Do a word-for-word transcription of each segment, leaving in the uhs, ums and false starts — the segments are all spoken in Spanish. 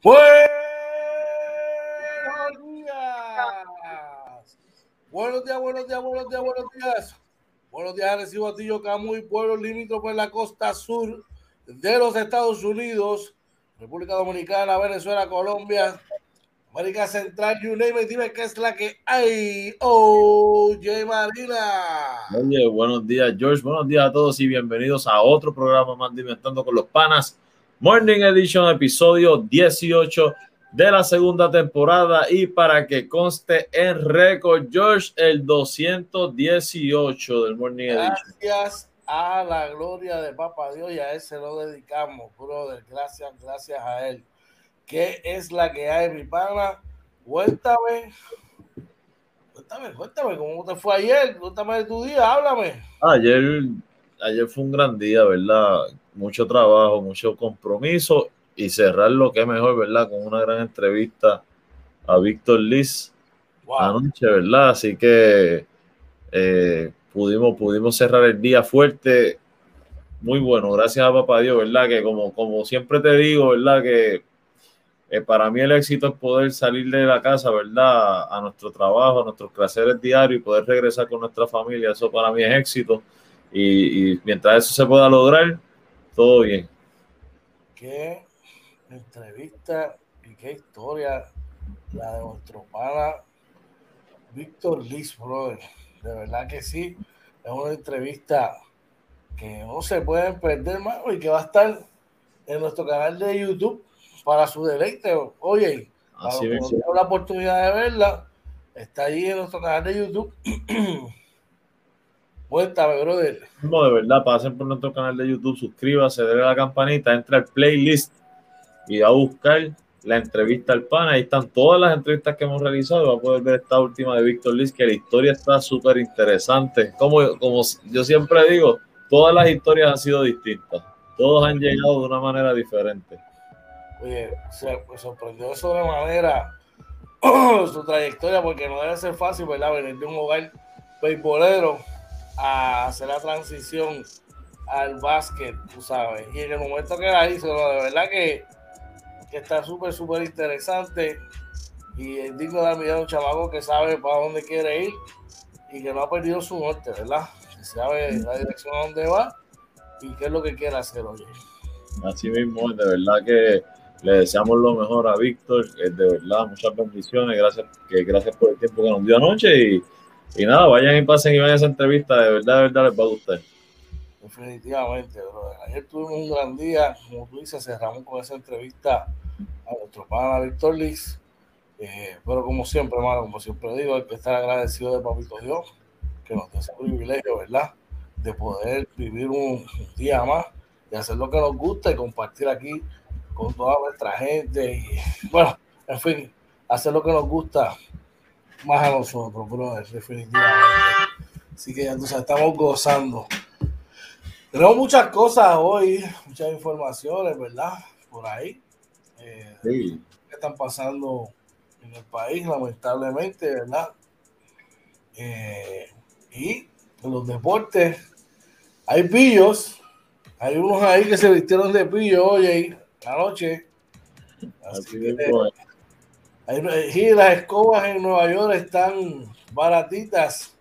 Buenos días. Buenos días, buenos días, buenos días, buenos días. Buenos días, Arecibo, Atillo, Camuy, pueblos limítrofes en la costa sur de los Estados Unidos, República Dominicana, Venezuela, Colombia, América Central, you name it. Dime qué es la que hay. Oye, Marina. Oye, buenos días, George. Buenos días a todos y bienvenidos a otro programa más de Inventando con los Panas. Morning Edition, episodio dieciocho de la segunda temporada. Y para que conste en récord, George, el doscientos dieciocho del Morning Edition. Gracias a la gloria de Papá Dios y a él se lo dedicamos, brother. Gracias, gracias a él. ¿Qué es la que hay, mi pana? Cuéntame, cuéntame, cuéntame, ¿cómo te fue ayer? Cuéntame de tu día, háblame. Ayer, ayer fue un gran día, ¿verdad? Mucho trabajo, mucho compromiso y cerrar lo que es mejor, ¿verdad? Con una gran entrevista a Víctor Liz wow. anoche, ¿verdad? Así que eh, pudimos, pudimos cerrar el día fuerte, muy bueno, gracias a Papá Dios, ¿verdad? Que como, como siempre te digo, ¿verdad? Que eh, para mí el éxito es poder salir de la casa, ¿verdad? A nuestro trabajo, a nuestros quehaceres diarios y poder regresar con nuestra familia, eso para mí es éxito y, y mientras eso se pueda lograr, todo bien. Qué entrevista y qué historia la de nuestro pana Víctor Liz, brother. De verdad que sí, es una entrevista que no se pueden perder, mano, y que va a estar en nuestro canal de YouTube para su deleite. Oye, para los que no tengan la oportunidad de verla, está ahí en nuestro canal de YouTube. Cuéntame, brother. No, de verdad, pasen por nuestro canal de YouTube, suscríbase, denle a la campanita, entra al playlist y va a buscar la entrevista al pana. Ahí están todas las entrevistas que hemos realizado. Va a poder ver esta última de Víctor Liz, que la historia está súper interesante. Como, como yo siempre digo, todas las historias han sido distintas. Todos han llegado de una manera diferente. Oye, se me sorprendió de sobremanera oh, su trayectoria, porque no debe ser fácil, ¿verdad? Venir de un hogar beisbolero a hacer la transición al básquet, tú sabes. Y en el momento que la hizo, ¿no? De verdad que, que está súper, súper interesante y es digno de admirar a un chamaco que sabe para dónde quiere ir y que no ha perdido su norte, ¿verdad? Que sabe la dirección a dónde va y qué es lo que quiere hacer, oye. Así mismo, de verdad que le deseamos lo mejor a Víctor, de verdad, muchas bendiciones, gracias, que, gracias por el tiempo que nos dio anoche y, y nada, vayan y pasen y vayan a esa entrevista, de verdad, de verdad les va a gustar. Definitivamente, brother. Ayer tuvimos un gran día, como tú dices, cerramos con esa entrevista a nuestro pana Víctor Liz, eh, pero como siempre, hermano, como siempre digo, hay que estar agradecido de Papito Dios, que nos dio ese privilegio, ¿verdad?, de poder vivir un, un día más, de hacer lo que nos gusta y compartir aquí con toda nuestra gente y, bueno, en fin, hacer lo que nos gusta más a nosotros, brother, definitivamente. Así que ya tú sabes, estamos gozando. Tenemos muchas cosas hoy, muchas informaciones, ¿verdad? Por ahí. Eh, sí. Que están pasando en el país, lamentablemente, ¿verdad? Eh, y en los deportes hay pillos. Hay unos ahí que se vistieron de pillo hoy, anoche. Así, Así que hay, y las escobas en Nueva York están baratitas.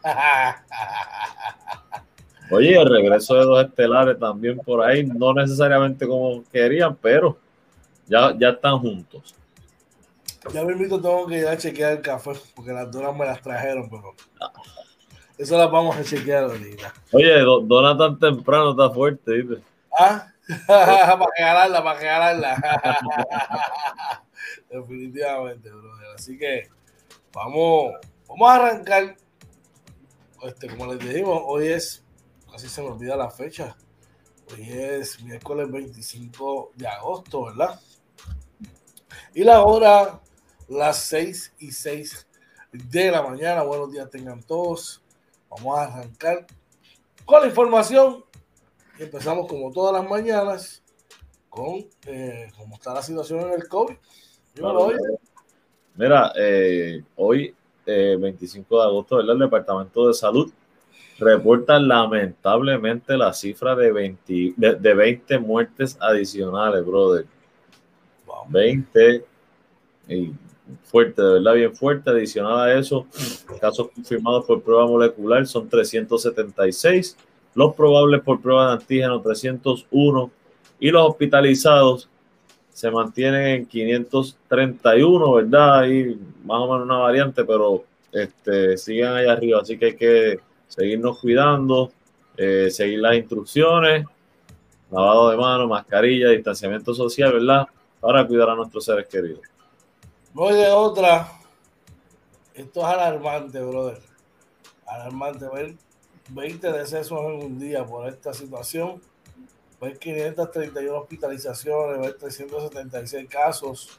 Oye, el regreso de dos estelares también por ahí, no necesariamente como querían, pero ya, ya están juntos. Ya mismo tengo que ir a chequear el café, porque las donas me las trajeron, pero eso las vamos a chequear ahorita. Oye, dona tan temprano está fuerte, ¿viste? Ah, para regalarla, para regalarla. Definitivamente, brother. Así que vamos, vamos a arrancar. Este, como les dijimos, hoy es, casi se me olvida la fecha. Hoy es miércoles veinticinco de agosto, ¿verdad? Y la hora, las seis y seis de la mañana. Buenos días tengan todos. Vamos a arrancar con la información. Y empezamos como todas las mañanas con eh, cómo está la situación en el COVID. Claro, hoy. Mira, eh, hoy, eh, veinticinco de agosto, ¿verdad? El Departamento de Salud reporta lamentablemente la cifra de veinte, de, de veinte muertes adicionales, brother. Wow. Wow. veinte. Y fuerte, de verdad, bien fuerte. Adicional a eso, casos confirmados por prueba molecular son trescientos setenta y seis. Los probables por prueba de antígeno, trescientos uno. Y los hospitalizados se mantienen en quinientos treinta y uno, ¿verdad? Ahí más o menos una variante, pero este, siguen allá arriba. Así que hay que seguirnos cuidando, eh, seguir las instrucciones, lavado de manos, mascarilla, distanciamiento social, ¿verdad? Para cuidar a nuestros seres queridos. No hay de otra. Esto es alarmante, brother. Alarmante ver veinte decesos en un día por esta situación. Ver quinientas treinta y una hospitalizaciones, ver trescientos setenta y seis casos.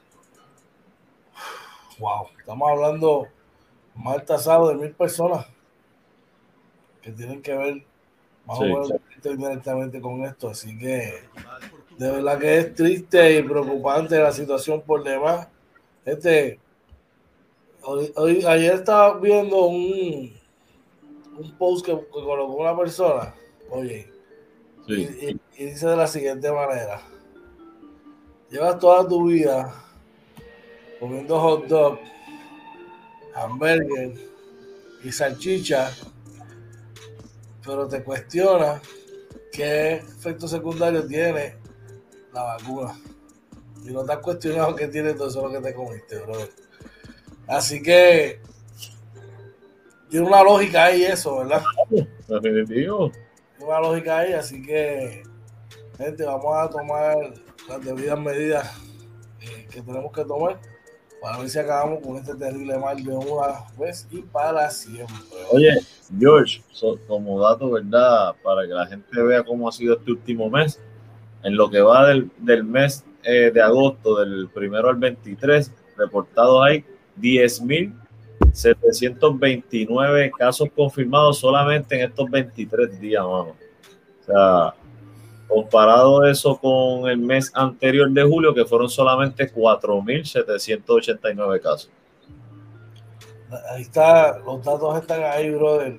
Wow, estamos hablando mal tasado de mil personas que tienen que ver más sí, o menos sí. directamente con esto. Así que de verdad que es triste y preocupante la situación por demás. Este, hoy, hoy, ayer estaba viendo un, un post que, que colocó una persona, oye, sí. y, y, y dice de la siguiente manera: llevas toda tu vida comiendo hot dog, hamburger y salchicha, pero te cuestiona qué efecto secundario tiene la vacuna. Y no te has cuestionado qué tiene todo eso lo que te comiste, bro. Así que tiene una lógica ahí eso, ¿verdad? Definitivo. Tiene una lógica ahí, así que, gente, vamos a tomar las debidas medidas eh, que tenemos que tomar para ver si acabamos con este terrible mal de una vez y para siempre. Oye, George, so, como dato, ¿verdad? Para que la gente vea cómo ha sido este último mes, en lo que va del, del mes eh, de agosto, del primero al veintitrés, reportados hay diez mil setecientos veintinueve casos confirmados solamente en estos veintitrés días, mano. O sea, comparado eso con el mes anterior de julio, que fueron solamente cuatro mil setecientos ochenta y nueve casos. Ahí está, los datos están ahí, brother.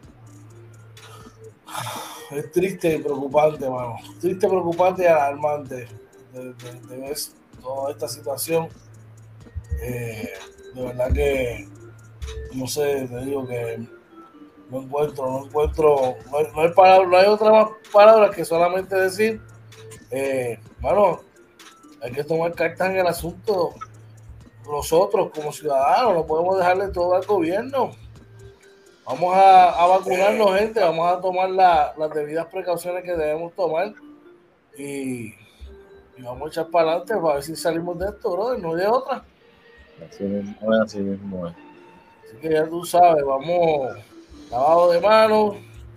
Es triste y preocupante, mano. Triste, preocupante y alarmante de, de, de ver toda esta situación. Eh, de verdad que, no sé, te digo que no encuentro, no encuentro, no hay, no hay, palabra, no hay otra más palabra que solamente decir, eh, mano, hay que tomar cartas en el asunto. Nosotros como ciudadanos no podemos dejarle todo al gobierno. Vamos a, a vacunarnos, gente, vamos a tomar la, las debidas precauciones que debemos tomar y, y vamos a echar para adelante para ver si salimos de esto, brother, no hay de otra. Así mismo es, así mismo es. Así que ya tú sabes, vamos, lavado de manos,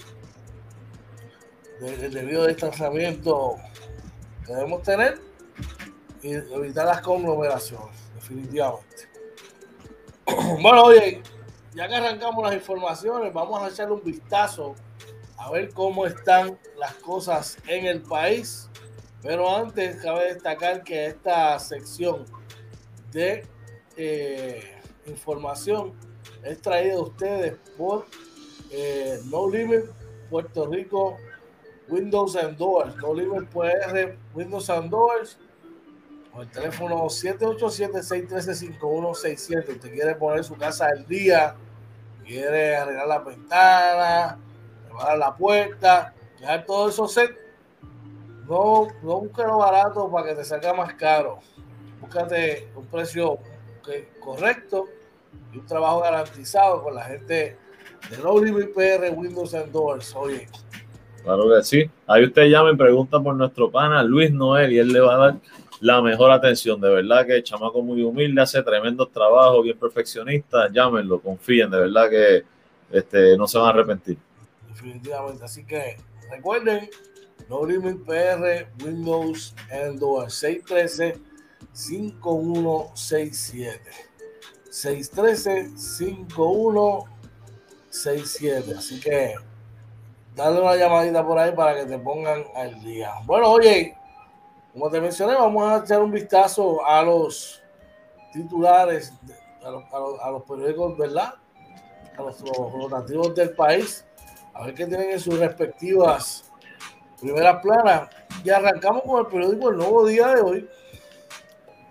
de, el debido distanciamiento que debemos tener y evitar las conglomeraciones, definitivamente. Bueno, oye, ya que arrancamos las informaciones, vamos a echarle un vistazo a ver cómo están las cosas en el país. Pero antes, cabe destacar que esta sección de eh, información es traída a ustedes por eh, No Limit Puerto Rico Windows and Doors. No Limit P R Windows and Doors. Con el teléfono siete ocho siete, seis uno tres, cinco uno seis siete. Usted quiere poner su casa al día, quiere arreglar la ventana, preparar la puerta, dejar todo eso set. No, no busques lo barato para que te salga más caro. Búscate un precio que, correcto y un trabajo garantizado con la gente de No Limit P R Windows and Doors. Oye. Claro que sí. Ahí usted llama y pregunta por nuestro pana Luis Noel y él le va a dar la mejor atención. De verdad que el chamaco muy humilde, hace tremendos trabajos, bien perfeccionista. Llámenlo, confíen, de verdad que este, no se van a arrepentir. Definitivamente. Así que recuerden, No Limit P R Windows and Doors, seis uno tres, cinco uno seis siete. seis uno tres, cinco uno seis siete. Así que dale una llamadita por ahí para que te pongan al día. Bueno, oye, como te mencioné, vamos a echar un vistazo a los titulares, a los, a los, a los periódicos, ¿verdad? A los rotativos del país, a ver qué tienen en sus respectivas primeras planas. Y arrancamos con el periódico El Nuevo Día de hoy.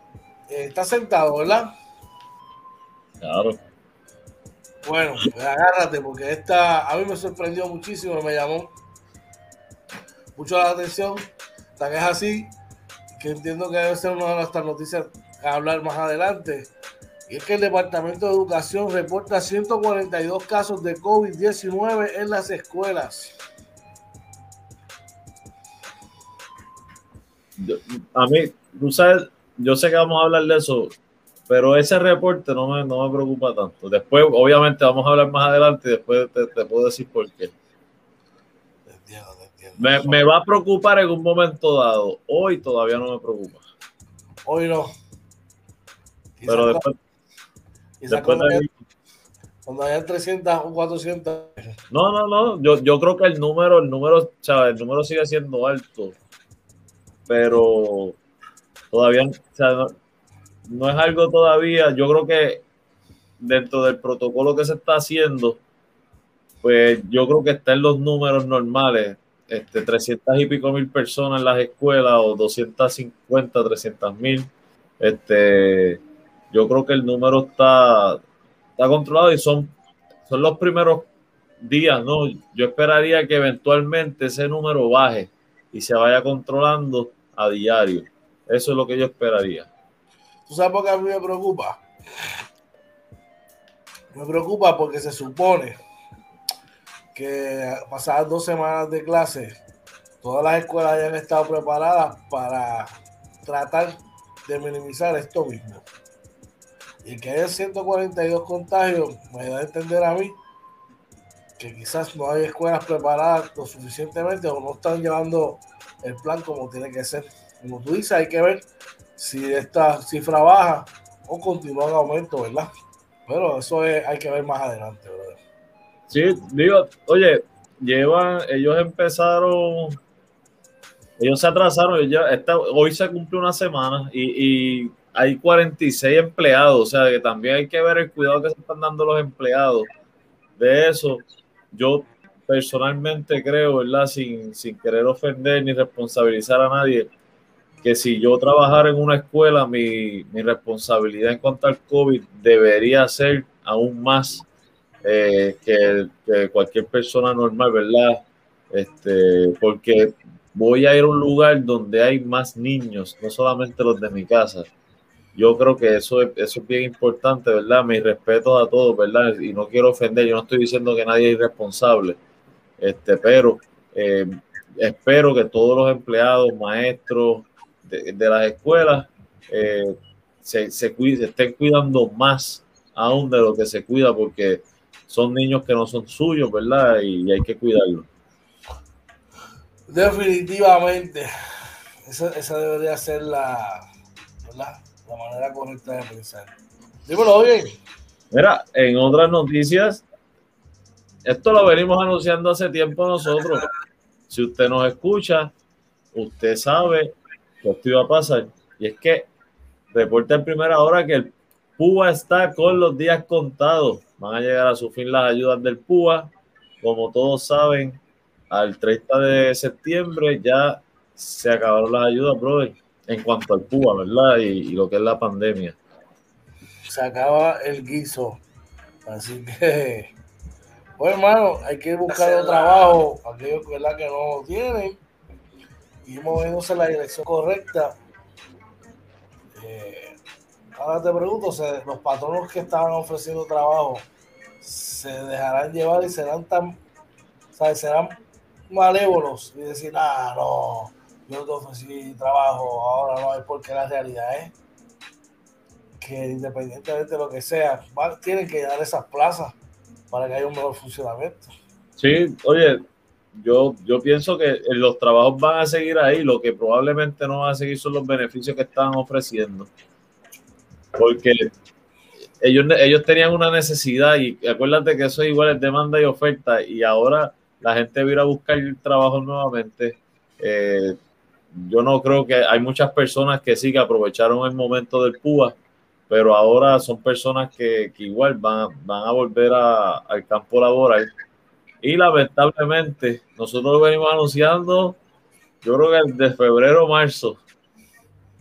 eh, está sentado, ¿verdad? Claro. Bueno, agárrate, porque esta a mí me sorprendió muchísimo, me llamó mucho la atención, tan es así, que entiendo que debe ser una de nuestras noticias a hablar más adelante. Y es que el Departamento de Educación reporta ciento cuarenta y dos casos de COVID diecinueve en las escuelas. Yo, a mí, tú sabes, yo sé que vamos a hablar de eso, pero ese reporte no me, no me preocupa tanto. Después, obviamente, vamos a hablar más adelante y después te, te puedo decir por qué. Te entiendo, te entiendo. Me, me va a preocupar en un momento dado. Hoy todavía no me preocupa. Hoy no. Quizás Pero después, quizás después cuando, de... haya, cuando haya trescientas o cuatrocientas. No, no, no. Yo, yo creo que el número, el número, ¿sabes? El número sigue siendo alto. Pero todavía, o sea, no, no es algo todavía. Yo creo que dentro del protocolo que se está haciendo, pues yo creo que está en los números normales, este, trescientas y pico mil personas en las escuelas o doscientas cincuenta, trescientas mil. Este, yo creo que el número está, está controlado y son, son los primeros días, ¿no? Yo esperaría que eventualmente ese número baje y se vaya controlando a diario. Eso es lo que yo esperaría. ¿Tú sabes por qué a mí me preocupa? Me preocupa porque se supone que pasadas dos semanas de clase, todas las escuelas hayan estado preparadas para tratar de minimizar esto mismo. Y que haya ciento cuarenta y dos contagios me da a entender a mí que quizás no hay escuelas preparadas lo suficientemente o no están llevando el plan como tiene que ser. Como tú dices, hay que ver si esta cifra baja o continúa en aumento, ¿verdad? Pero eso es, hay que ver más adelante, ¿verdad? Sí, digo, oye, llevan, ellos empezaron, ellos se atrasaron, ya está, hoy se cumple una semana y, y hay cuarenta y seis empleados, o sea que también hay que ver el cuidado que se están dando los empleados. De eso, yo personalmente creo, ¿verdad? Sin, sin querer ofender ni responsabilizar a nadie, que si yo trabajara en una escuela, mi, mi responsabilidad en cuanto al COVID debería ser aún más eh, que, que cualquier persona normal, ¿verdad? Este, porque voy a ir a un lugar donde hay más niños, no solamente los de mi casa. Yo creo que eso es, eso es bien importante, ¿verdad? Mis respetos a todos, ¿verdad? Y no quiero ofender, yo no estoy diciendo que nadie es irresponsable, este, pero eh, espero que todos los empleados, maestros de, de las escuelas eh, se, se, cuide, se estén cuidando más aún de lo que se cuida, porque son niños que no son suyos, ¿verdad? Y, y hay que cuidarlos. Definitivamente, esa, esa debería ser la, la, la manera correcta de pensar. Dímelo bien. Mira, en otras noticias, esto lo venimos anunciando hace tiempo nosotros. Si usted nos escucha, usted sabe que esto iba a pasar. Y es que reporta en primera hora que el PUA está con los días contados. Van a llegar a su fin las ayudas del PUA. Como todos saben, al treinta de septiembre ya se acabaron las ayudas, brother, en cuanto al PUA, ¿verdad? Y, y lo que es la pandemia. Se acaba el guiso. Así que, pues hermano, hay que ir buscando trabajo, aquellos ¿verdad? Que no lo tienen, y moviéndose en la dirección correcta. Eh, ahora te pregunto, ¿se, los patronos que estaban ofreciendo trabajo se dejarán llevar y serán tan, ¿sabes? Serán malévolos y decir, ah, no, yo te ofrecí trabajo, ahora no, es porque la realidad es que independientemente de lo que sea, van, tienen que llenar esas plazas para que haya un mejor funcionamiento. Sí, oye, yo, yo pienso que los trabajos van a seguir ahí, lo que probablemente no van a seguir son los beneficios que están ofreciendo, porque ellos, ellos tenían una necesidad y acuérdate que eso es igual, es demanda y oferta, y ahora la gente va a ir a buscar trabajo nuevamente. Eh, yo no creo que hay muchas personas que sí que aprovecharon el momento del PUA, pero ahora son personas que, que igual van, van a volver a, al campo laboral. Y lamentablemente, nosotros lo venimos anunciando, yo creo que de febrero o marzo.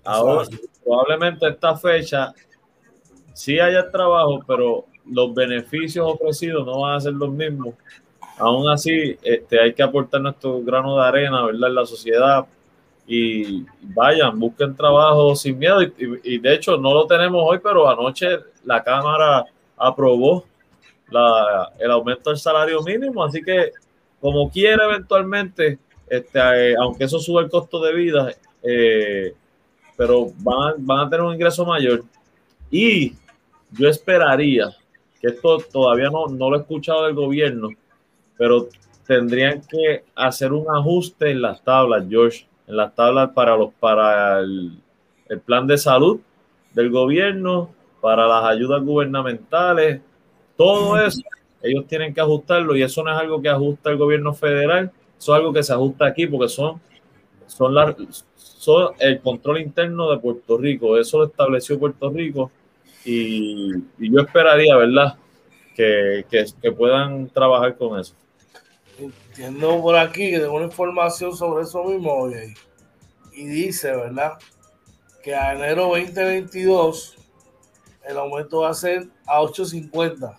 Ahora, probablemente esta fecha sí haya trabajo, pero los beneficios ofrecidos no van a ser los mismos. Aún así, este, hay que aportar nuestro grano de arena, ¿verdad?, en la sociedad. Y vayan, busquen trabajo sin miedo. Y, y, y de hecho, no lo tenemos hoy, pero anoche la Cámara aprobó la, el aumento del salario mínimo. Así que, como quiera, eventualmente, este, eh, aunque eso sube el costo de vida, eh, pero van, van a tener un ingreso mayor. Y yo esperaría, que esto todavía no, no lo he escuchado del gobierno, pero tendrían que hacer un ajuste en las tablas, George, en las tablas para los para el, el plan de salud del gobierno, para las ayudas gubernamentales, todo eso, ellos tienen que ajustarlo, y eso no es algo que ajusta el gobierno federal, eso es algo que se ajusta aquí porque son, son, la, son el control interno de Puerto Rico, eso lo estableció Puerto Rico, y, y yo esperaría, ¿verdad?, que, que, que puedan trabajar con eso. Entiendo por aquí que tengo una información sobre eso mismo, oye, y dice, ¿verdad?, que a enero veinte veintidós el aumento va a ser a ocho cincuenta.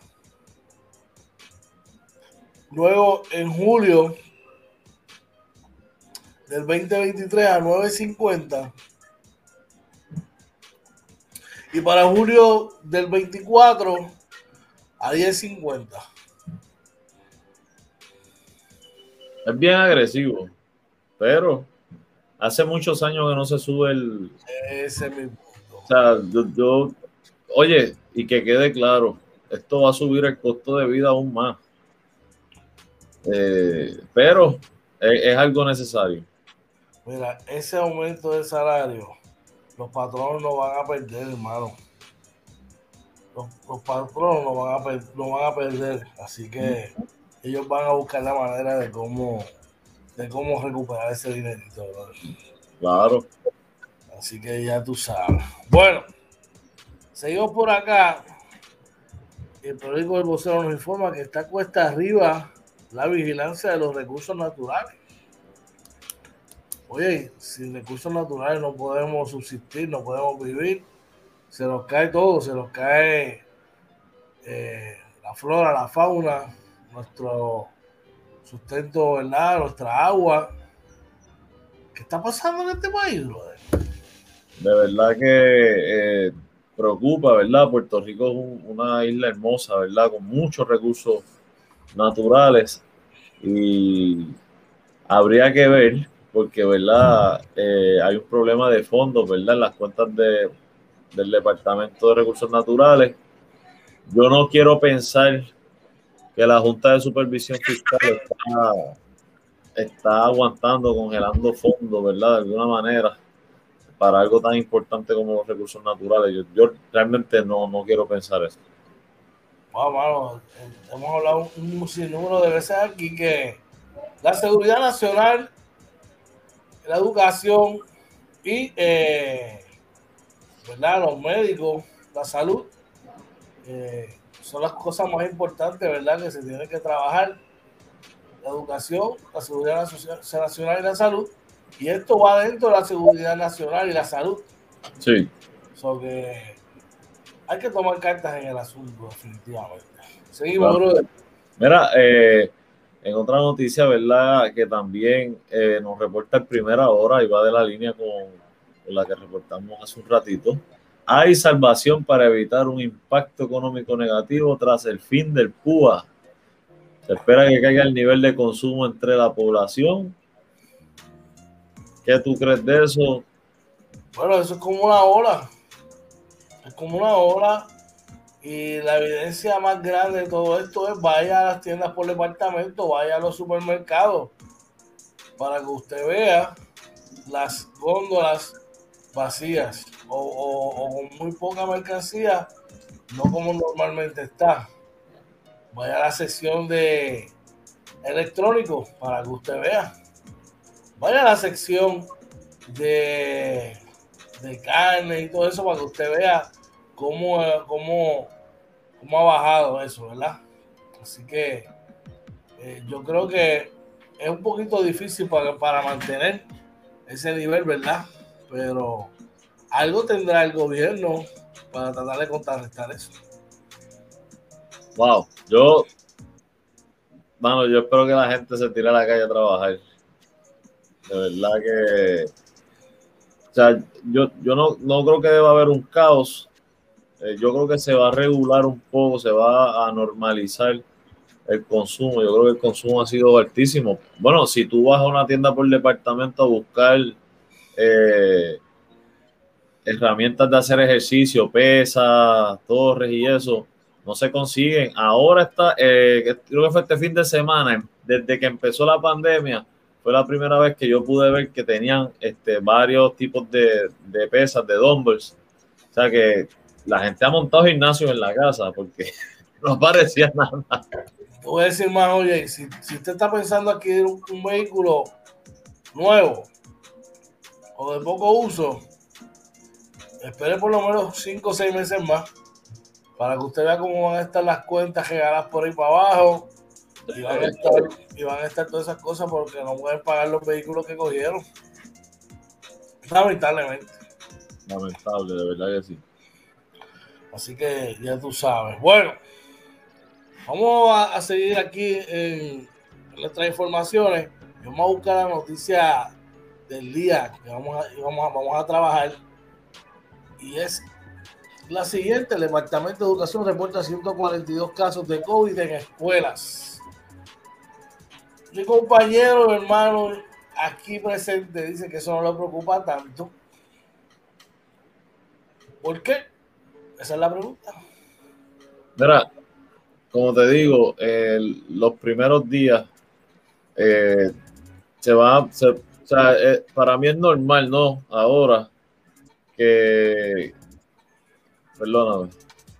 Luego, en julio del veinte veintitrés a nueve cincuenta. Y para julio del veinticuatro a diez cincuenta. Es bien agresivo, pero hace muchos años que no se sube el... Ese mismo. O sea, yo, yo, oye, y que quede claro, esto va a subir el costo de vida aún más. Eh, pero es, es algo necesario. Mira, ese aumento de salario, los patronos no van a perder, hermano. Los, los patronos no van, a per, no van a perder, así que ellos van a buscar la manera de cómo, de cómo recuperar ese dinerito, brother. Claro. Así que ya tú sabes. Bueno, seguimos por acá. El periódico del Vocero nos informa que está cuesta arriba la vigilancia de los recursos naturales. Oye, sin recursos naturales no podemos subsistir, no podemos vivir. Se nos cae todo, se nos cae eh, la flora, la fauna, nuestro sustento, ¿verdad?, nuestra agua. ¿Qué está pasando en este país, brother? De verdad que eh, preocupa, ¿verdad? Puerto Rico es un, una isla hermosa, ¿verdad? Con muchos recursos naturales, y habría que ver, porque, ¿verdad? Eh, hay un problema de fondos, ¿verdad?, en las cuentas de, del Departamento de Recursos Naturales. Yo no quiero pensar que la Junta de Supervisión Fiscal está, está aguantando, congelando fondos, ¿verdad?, de alguna manera, para algo tan importante como los recursos naturales. Yo, yo realmente no, no quiero pensar eso. Wow, mano, hemos hablado un sinnúmero de veces aquí que la seguridad nacional, la educación y eh, ¿verdad?, los médicos, la salud, eh, son las cosas más importantes, ¿verdad?, que se tienen que trabajar. La educación, la seguridad nacional y la salud. Y esto va dentro de la seguridad nacional y la salud. Sí. So que hay que tomar cartas en el asunto, definitivamente. Seguimos, claro, brother. Mira, eh, en otra noticia, ¿verdad?, que también eh, nos reporta en Primera Hora y va de la línea con, con la que reportamos hace un ratito. Hay salvación para evitar un impacto económico negativo tras el fin del P U A. Se espera que caiga el nivel de consumo entre la población. ¿Qué tú crees de eso? Bueno, eso es como una ola. Es como una ola. Y la evidencia más grande de todo esto es: vaya a las tiendas por departamento, vaya a los supermercados, para que usted vea las góndolas vacías o, o, o con muy poca mercancía, no como normalmente está. Vaya a la sección de electrónicos para que usted vea. Vaya a la sección de, de carne y todo eso para que usted vea cómo, cómo, cómo ha bajado eso, ¿verdad? Así que eh, yo creo que es un poquito difícil para, para mantener ese nivel, ¿verdad? Pero algo tendrá el gobierno para tratar de contrarrestar eso. Wow, yo, mano, yo espero que la gente se tire a la calle a trabajar. De verdad que, o sea, yo, yo no, no creo que deba haber un caos. Eh, yo creo que se va a regular un poco, se va a normalizar el consumo. Yo creo que el consumo ha sido altísimo. Bueno, si tú vas a una tienda por departamento a buscar eh, herramientas de hacer ejercicio, pesas, torres y eso, no se consiguen. Ahora está, eh, creo que fue este fin de semana, desde que empezó la pandemia, fue la primera vez que yo pude ver que tenían este, varios tipos de, de pesas, de dumbbells. O sea que la gente ha montado gimnasios en la casa porque no parecía nada. Te voy a decir más, oye, si, si usted está pensando adquirir un, un vehículo nuevo o de poco uso, espere por lo menos cinco o seis meses más para que usted vea cómo van a estar las cuentas regadas por ahí para abajo y van a estar, y van a estar todas esas cosas porque no pueden pagar los vehículos que cogieron. Lamentablemente. Lamentable, de verdad que sí. Así que ya tú sabes. Bueno, vamos a, a seguir aquí en, en nuestras informaciones. Vamos a buscar la noticia del día que vamos a, vamos a, vamos a trabajar. Y es la siguiente: el Departamento de Educación reporta ciento cuarenta y dos casos de COVID en escuelas. Mi compañero, hermano, aquí presente, dice que eso no le preocupa tanto. ¿Por qué? Esa es la pregunta. Mira, como te digo, eh, los primeros días eh, se va, se, o sea, eh, para mí es normal, ¿no? Ahora que, perdóname,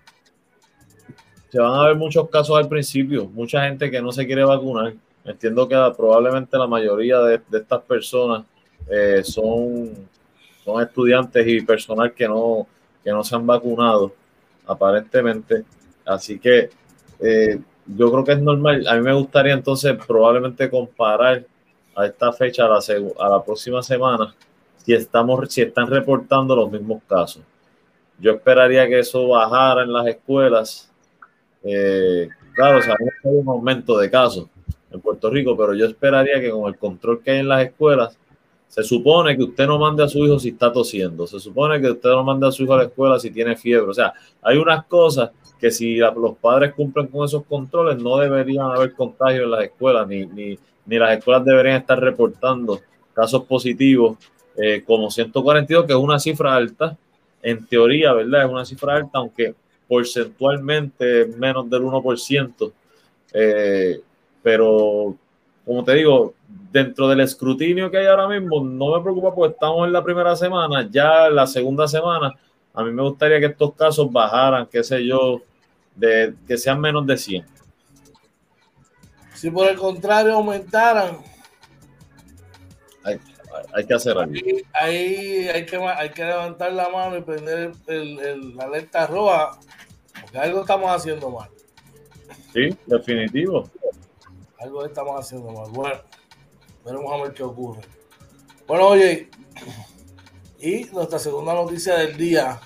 se van a ver muchos casos al principio, mucha gente que no se quiere vacunar. Entiendo que la, probablemente la mayoría de, de estas personas eh, son, son estudiantes y personal que no, que no se han vacunado, aparentemente. Así que eh, yo creo que es normal. A mí me gustaría entonces probablemente comparar a esta fecha, a la, a la próxima semana, si, estamos, si están reportando los mismos casos. Yo esperaría que eso bajara en las escuelas. Eh, claro, sabemos que hay un aumento de casos en Puerto Rico, pero yo esperaría que con el control que hay en las escuelas, se supone que usted no mande a su hijo si está tosiendo, se supone que usted no mande a su hijo a la escuela si tiene fiebre. O sea, hay unas cosas que si la, los padres cumplen con esos controles, no deberían haber contagio en las escuelas, ni, ni, ni las escuelas deberían estar reportando casos positivos eh, como ciento cuarenta y dos, que es una cifra alta, en teoría, ¿verdad? Es una cifra alta, aunque porcentualmente menos del uno por ciento, eh, pero como te digo, dentro del escrutinio que hay ahora mismo, no me preocupa porque estamos en la primera semana, ya la segunda semana, a mí me gustaría que estos casos bajaran, qué sé yo, de, que sean menos de cien. Si por el contrario aumentaran, hay, hay que hacer algo. Ahí, ahí hay, que, hay que levantar la mano y prender el, el, la alerta roja, porque algo estamos haciendo mal. Sí, definitivo. Algo estamos haciendo mal. Bueno, veremos a ver qué ocurre. Bueno, oye, y nuestra segunda noticia del día.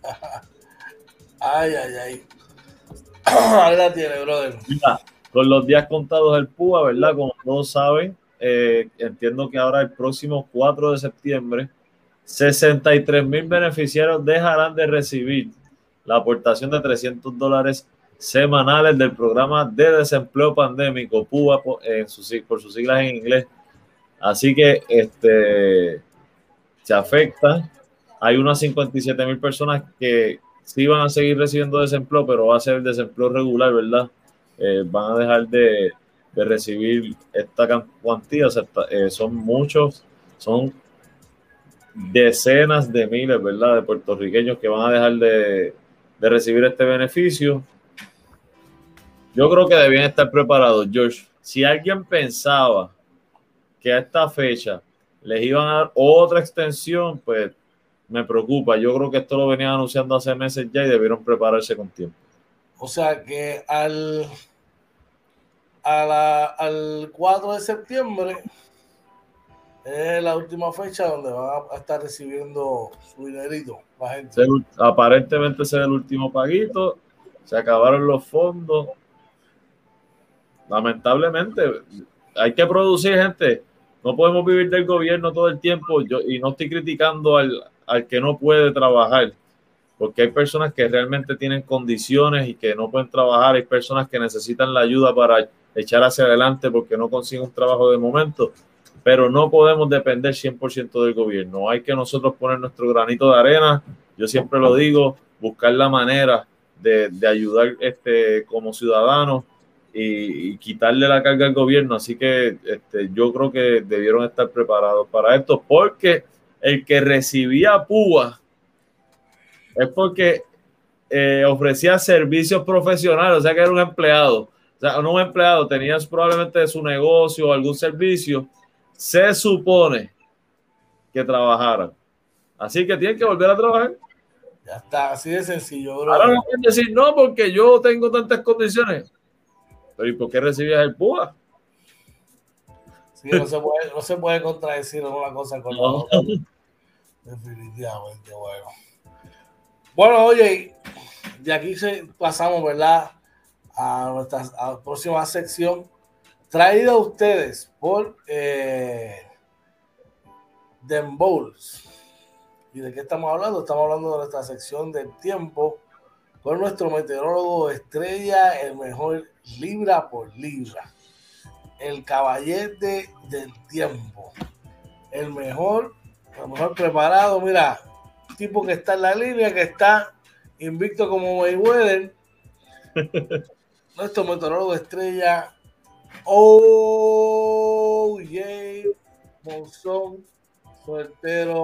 Ay, ay, ay. Ahí la tiene, brother. Mira, con los días contados del P U A, ¿verdad? Como todos saben, eh, entiendo que ahora el próximo cuatro de septiembre, sesenta y tres mil beneficiarios dejarán de recibir la aportación de trescientos dólares semanales del programa de desempleo pandémico, P U A, por, en su, por sus siglas en inglés. Así que este, se afecta. Hay unas cincuenta y siete mil personas que sí van a seguir recibiendo desempleo, pero va a ser el desempleo regular, ¿verdad? Eh, van a dejar de, de recibir esta cuantía. O sea, eh, son muchos, son decenas de miles, ¿verdad?, de puertorriqueños que van a dejar de, de recibir este beneficio. Yo creo que debían estar preparados, George. Si alguien pensaba que a esta fecha les iban a dar otra extensión, pues me preocupa. Yo creo que esto lo venían anunciando hace meses ya y debieron prepararse con tiempo. O sea que al, a la, al cuatro de septiembre Es la última fecha donde van a estar recibiendo su dinerito la gente. Se, aparentemente ese es el último paguito. Se acabaron los fondos. Lamentablemente, hay que producir, gente. No podemos vivir del gobierno todo el tiempo. Yo, y no estoy criticando al, al que no puede trabajar, porque hay personas que realmente tienen condiciones y que no pueden trabajar. Hay personas que necesitan la ayuda para echar hacia adelante porque no consiguen un trabajo de momento. Pero no podemos depender cien por ciento del gobierno. Hay que nosotros poner nuestro granito de arena. Yo siempre lo digo, buscar la manera de, de ayudar este, como ciudadanos y, y quitarle la carga al gobierno. Así que este, yo creo que debieron estar preparados para esto, porque el que recibía púa es porque eh, ofrecía servicios profesionales, o sea que era un empleado. O sea, no un empleado, tenías probablemente de su negocio o algún servicio. Se supone que trabajaran. Así que tienen que volver a trabajar. Ya está, así de sencillo, bro. Ahora no pueden decir no porque yo tengo tantas condiciones. Pero ¿y por qué recibías el púa? Sí, no se puede, no se puede contradecir una cosa con la no. otra. Definitivamente, bueno. Bueno, oye, de aquí se, pasamos, ¿verdad? A nuestra a la próxima sección, traída a ustedes por eh, Den Bowls. ¿Y de qué estamos hablando? Estamos hablando de nuestra sección del tiempo con nuestro meteorólogo estrella, el mejor libra por libra, el caballete del tiempo, el mejor, el mejor preparado. Mira, tipo que está en la línea, que está invicto como Mayweather. Nuestro meteorólogo estrella, O J Monzón, soltero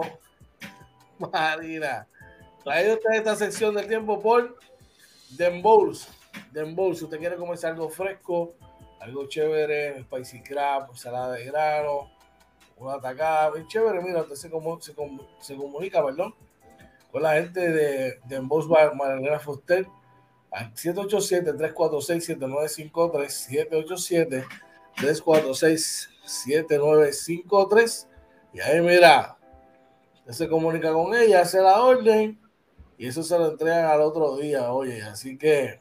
Marina. Traído usted esta sección del tiempo por Den Bowls. Den Bowls, si usted quiere comerse algo fresco, algo chévere, spicy crab, ensalada de grano, una tacada bien chévere, mira, usted se, comu se, com se comunica, perdón, con la gente de Den Bowls Marinera Foster al siete ocho siete, tres cuatro seis, siete nueve cinco tres, siete ocho siete, tres cuatro seis, siete nueve cinco tres, y ahí mira, usted se comunica con ella, hace la orden y eso se lo entregan al otro día, oye, así que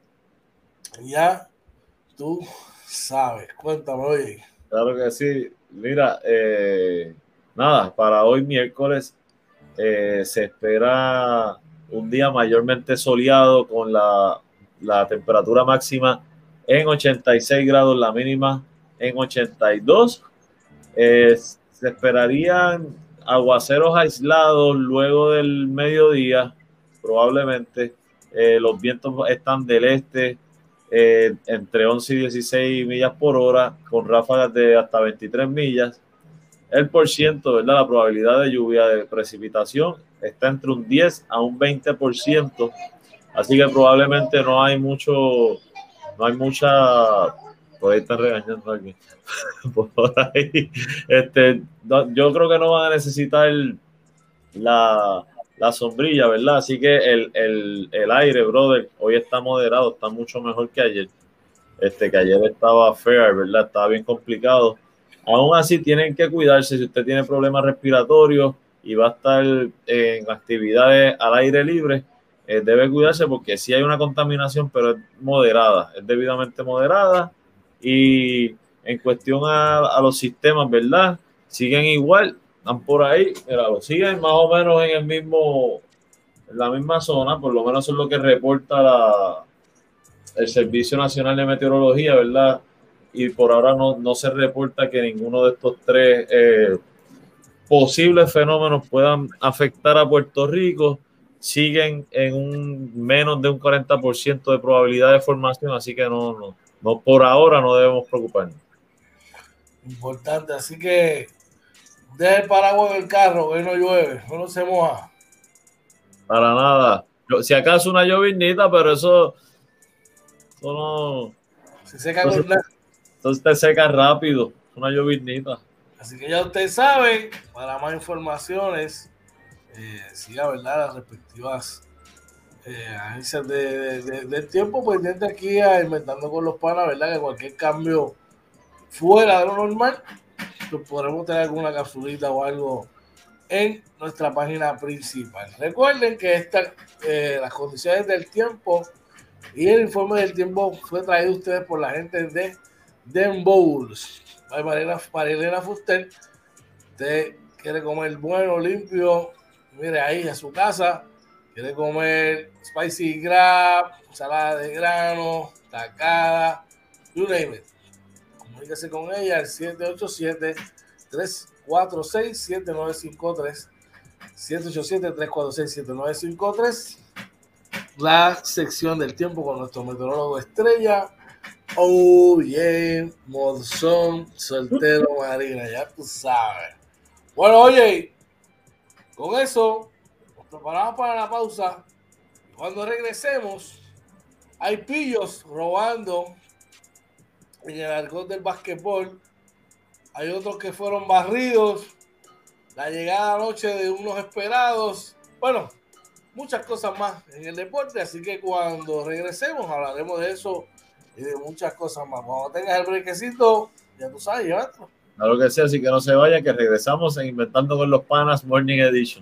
ya tú sabes, cuéntame, oye. Claro que sí, mira, eh, nada, para hoy miércoles eh, se espera un día mayormente soleado con la, la temperatura máxima en ochenta y seis grados, la mínima en ochenta y dos. Eh, se esperarían aguaceros aislados luego del mediodía, probablemente. Eh, los vientos están del este eh, entre once y dieciséis millas por hora, con ráfagas de hasta veintitrés millas. El por ciento, ¿verdad? La probabilidad de lluvia, de precipitación, está entre un diez a un veinte por ciento. Así que probablemente no hay mucho, no hay mucha, por ahí están regañando aquí. Por ahí, este, no, yo creo que no van a necesitar la, la sombrilla, ¿verdad? Así que el, el, el aire, brother, hoy está moderado, está mucho mejor que ayer. Este, que ayer estaba fair, ¿verdad? Estaba bien complicado. Aún así, tienen que cuidarse si usted tiene problemas respiratorios y va a estar en actividades al aire libre. Eh, debe cuidarse porque sí hay una contaminación, pero es moderada, es debidamente moderada. Y en cuestión a, a los sistemas, ¿verdad? Siguen igual, están por ahí, mira, lo siguen más o menos en el mismo, en la misma zona, por lo menos eso es lo que reporta la, el Servicio Nacional de Meteorología, ¿verdad? Y por ahora no, no se reporta que ninguno de estos tres eh, posibles fenómenos puedan afectar a Puerto Rico. Siguen en un menos de un cuarenta por ciento de probabilidad de formación, así que no, no, no por ahora no debemos preocuparnos. Importante, así que deja el paraguas en el carro, que no llueve, no se moja. Para nada. Si acaso una llovinita, pero eso, eso no. Se seca entonces, con nada. Entonces te seca rápido, una llovinita. Así que ya ustedes saben, para más informaciones, eh, siga, ¿verdad? Las respectivas eh, agencias de, de, de, del tiempo, pues desde aquí a Inventando con los Panas, ¿verdad? Que cualquier cambio fuera de lo normal, pues podremos tener alguna capsulita o algo en nuestra página principal. Recuerden que esta, eh, las condiciones del tiempo y el informe del tiempo fue traído a ustedes por la gente de Den Bowls. Marilena, Marilena Fuster, usted quiere comer bueno, limpio, mire ahí a su casa, quiere comer spicy crab, salada de grano, tacada, you name it. Comuníquese con ella al siete ocho siete, tres cuatro seis, siete nueve cinco tres, siete ocho siete, tres cuatro seis, siete nueve cinco tres. La sección del tiempo con nuestro meteorólogo estrella. Oh, yeah, Monzón, soltero, Marina, ya tú sabes. Bueno, oye, con eso nos preparamos para la pausa. Cuando regresemos, hay pillos robando en el argot del básquetbol. Hay otros que fueron barridos. La llegada anoche de unos esperados. Bueno, muchas cosas más en el deporte. Así que cuando regresemos hablaremos de eso y de muchas cosas más. Cuando tengas el brequecito, ya tú sabes, llévatelo. Claro que sí, así que no se vaya, que regresamos en Inventando con los Panas Morning Edition.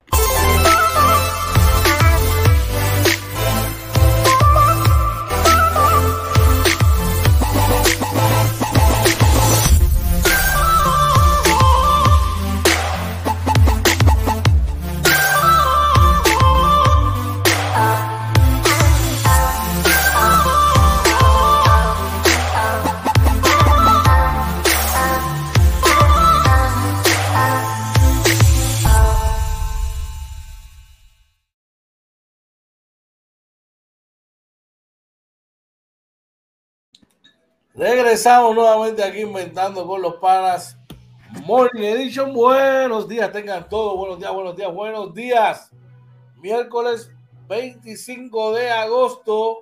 Regresamos nuevamente aquí Inventando con los Panas Morning Edition. Buenos días, tengan todos. Buenos días, buenos días, buenos días. Miércoles veinticinco de agosto.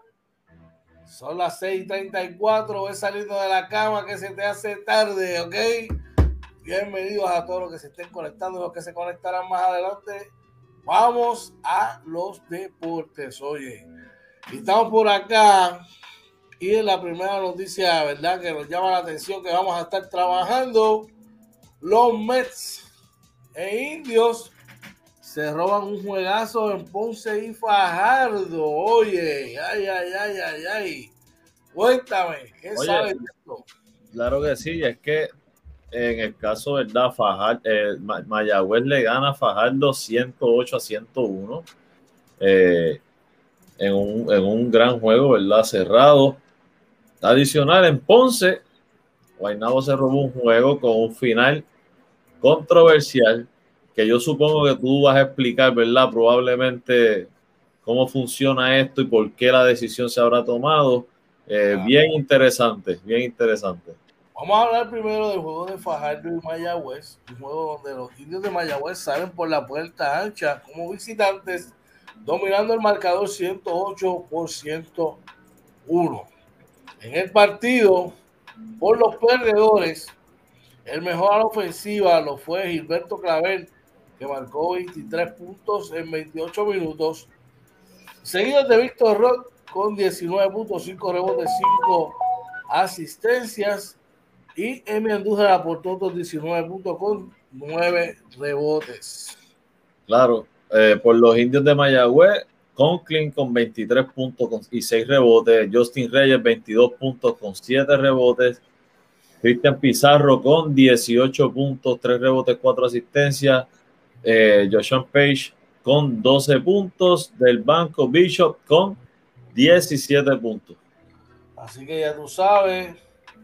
Son las seis treinta y cuatro. Ves saliendo de la cama que se te hace tarde, ¿ok? Bienvenidos a todos los que se estén conectando y los que se conectarán más adelante. Vamos a los deportes, oye. Y estamos por acá. Y en la primera noticia, ¿verdad?, que nos llama la atención, que vamos a estar trabajando, los Mets e Indios se roban un juegazo en Ponce y Fajardo. Oye, ay, ay, ay, ay, ay. Cuéntame, ¿qué Oye, sabes de esto? Claro que sí, es que en el caso, ¿verdad?, Fajardo, eh, Mayagüez le gana a Fajardo ciento ocho a ciento uno eh, en, un, en un gran juego, ¿verdad?, cerrado. Adicional, en Ponce, Guaynabo se robó un juego con un final controversial que yo supongo que tú vas a explicar, ¿verdad? Probablemente cómo funciona esto y por qué la decisión se habrá tomado. Eh, ah, bien interesante, bien interesante. Vamos a hablar primero del juego de Fajardo y Mayagüez, un juego donde los Indios de Mayagüez salen por la puerta ancha como visitantes, dominando el marcador ciento ocho por ciento uno. En el partido, por los perdedores, el mejor a la ofensiva lo fue Gilberto Clavel, que marcó veintitrés puntos en veintiocho minutos, seguido de Víctor Roth con diecinueve puntos, cinco rebotes, cinco asistencias, y Emi Andújar aportó otros diecinueve puntos con nueve rebotes. Claro, eh, por los Indios de Mayagüez, Conklin con veintitrés puntos y seis rebotes, Justin Reyes veintidós puntos con siete rebotes, Cristian Pizarro con dieciocho puntos, tres rebotes, cuatro asistencias, eh, Joshan Page con doce puntos, del banco Bishop con diecisiete puntos. Así que ya tú sabes,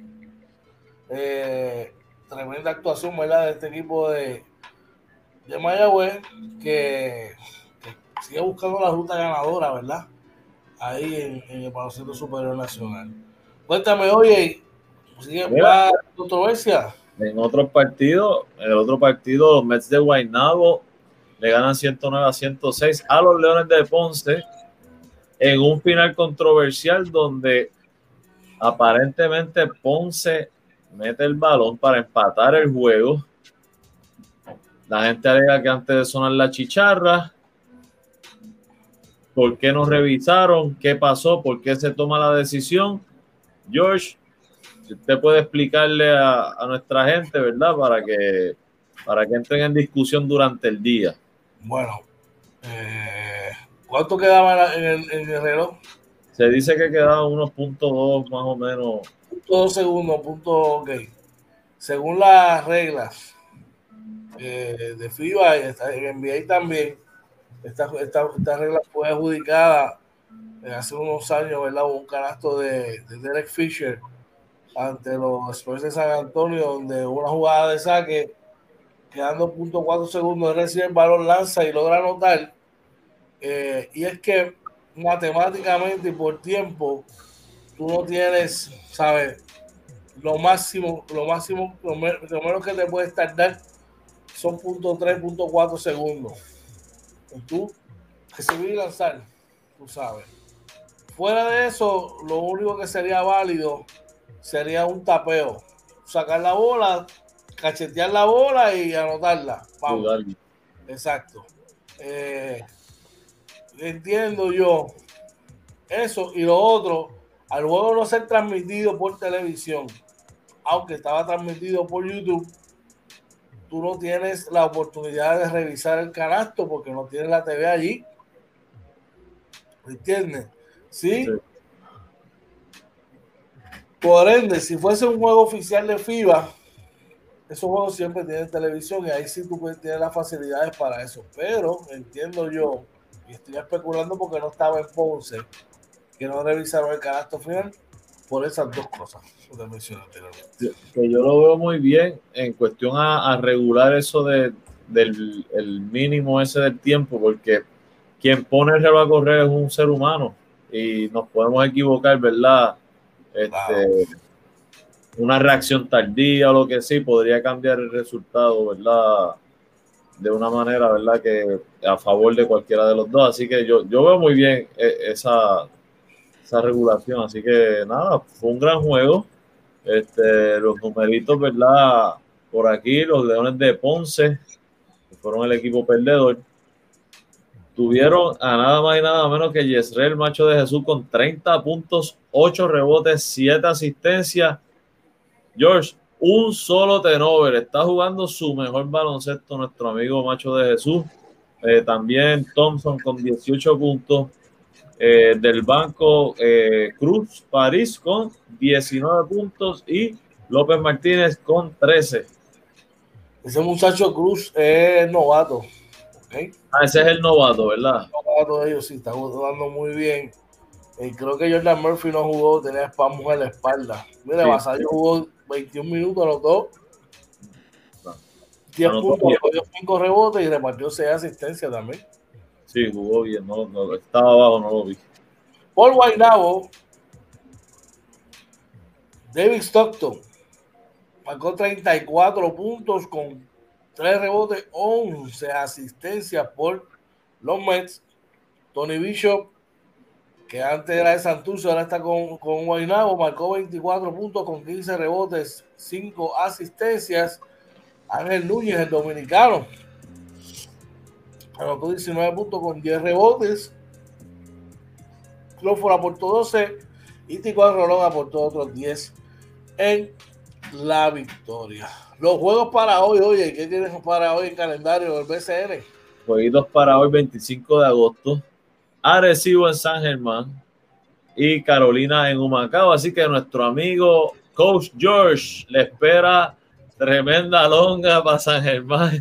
eh, tremenda actuación, ¿verdad?, de este equipo de, de Mayagüez, que, que sigue buscando la ruta ganadora, ¿verdad?, ahí en, en el baloncesto superior nacional. Cuéntame, oye, ¿sigue más controversia? En otros partidos, en el otro partido, los Mets de Guaynabo le ganan ciento nueve a ciento seis a los Leones de Ponce en un final controversial donde aparentemente Ponce mete el balón para empatar el juego. La gente alega que antes de sonar la chicharra, ¿por qué no revisaron? ¿Qué pasó? ¿Por qué se toma la decisión? George, si usted puede explicarle a, a nuestra gente, ¿verdad? Para que, para que entren en discusión durante el día. Bueno, eh, ¿cuánto quedaba en el, en el reloj? Se dice que quedaban unos punto dos más o menos. Punto dos segundos, punto, ok. Según las reglas eh, de FIBA y en N B A también, esta, esta, esta regla fue adjudicada hace unos años, ¿verdad? Un canasto de, de Derek Fisher ante los Spurs de San Antonio, donde una jugada de saque, quedando punto cuatro segundos, recibe el balón, lanza y logra anotar. Eh, y es que matemáticamente y por tiempo, tú no tienes, ¿sabes? Lo máximo, lo máximo, lo, me, lo menos que te puedes tardar son punto tres, punto cuatro segundos. Y tú recibir y lanzar, tú sabes. Fuera de eso, lo único que sería válido sería un tapeo. Sacar la bola, cachetear la bola y anotarla. Vamos. Exacto. Eh, entiendo yo eso. Y lo otro, al juego no ser transmitido por televisión, aunque estaba transmitido por YouTube, tú no tienes la oportunidad de revisar el canasto porque no tienes la T V allí. ¿Entiendes? ¿Sí? Sí. Por ende, si fuese un juego oficial de FIBA, esos juegos siempre tienen televisión y ahí sí tú puedes tener las facilidades para eso. Pero entiendo yo, y estoy especulando porque no estaba en Ponce, que no revisaron el canasto final por esas dos cosas que te mencioné anteriormente. Que yo lo veo muy bien en cuestión a, a regular eso de, del el mínimo ese del tiempo, porque quien pone el reloj a correr es un ser humano y nos podemos equivocar, ¿verdad? Este, wow. Una reacción tardía o lo que sí podría cambiar el resultado, ¿verdad? De una manera, ¿verdad? Que a favor de cualquiera de los dos. Así que yo, yo veo muy bien esa, esa regulación. Así que nada, fue un gran juego. Este, los numeritos, ¿verdad? Por aquí, los Leones de Ponce, que fueron el equipo perdedor, tuvieron a nada más y nada menos que Yesrel Macho de Jesús con treinta puntos, ocho rebotes, siete asistencias. George, un solo turnover. Está jugando su mejor baloncesto nuestro amigo Macho de Jesús. Eh, también Thompson con dieciocho puntos. Eh, del banco eh, Cruz París con diecinueve puntos y López Martínez con trece. Ese muchacho Cruz es novato. ¿Okay? Ah, ese es el novato, ¿verdad? El novato de ellos sí, está jugando muy bien. Eh, creo que Jordan Murphy no jugó, tenía espasmos en la espalda. Mira, sí. Vasallo jugó veintiún minutos, anotó diez puntos, cogió cinco rebotes y repartió seis asistencias también. Sí, jugó bien, no, no, estaba abajo, no lo vi. Paul Guaynabo, David Stockton, marcó treinta y cuatro puntos con tres rebotes, once asistencias por los Mets. Tony Bishop, que antes era de Santurce, ahora está con, con Guaynabo, marcó veinticuatro puntos con quince rebotes, cinco asistencias. Ángel Núñez, el dominicano, anotó diecinueve puntos con diez rebotes. Crawford aportó doce y Tico Rolón aportó otros diez en la victoria. Los juegos para hoy, oye, ¿qué tienes para hoy en calendario del B C N? Jueguitos para hoy, veinticinco de agosto. Arecibo en San Germán y Carolina en Humacao. Así que nuestro amigo Coach George le espera tremenda longa para San Germán.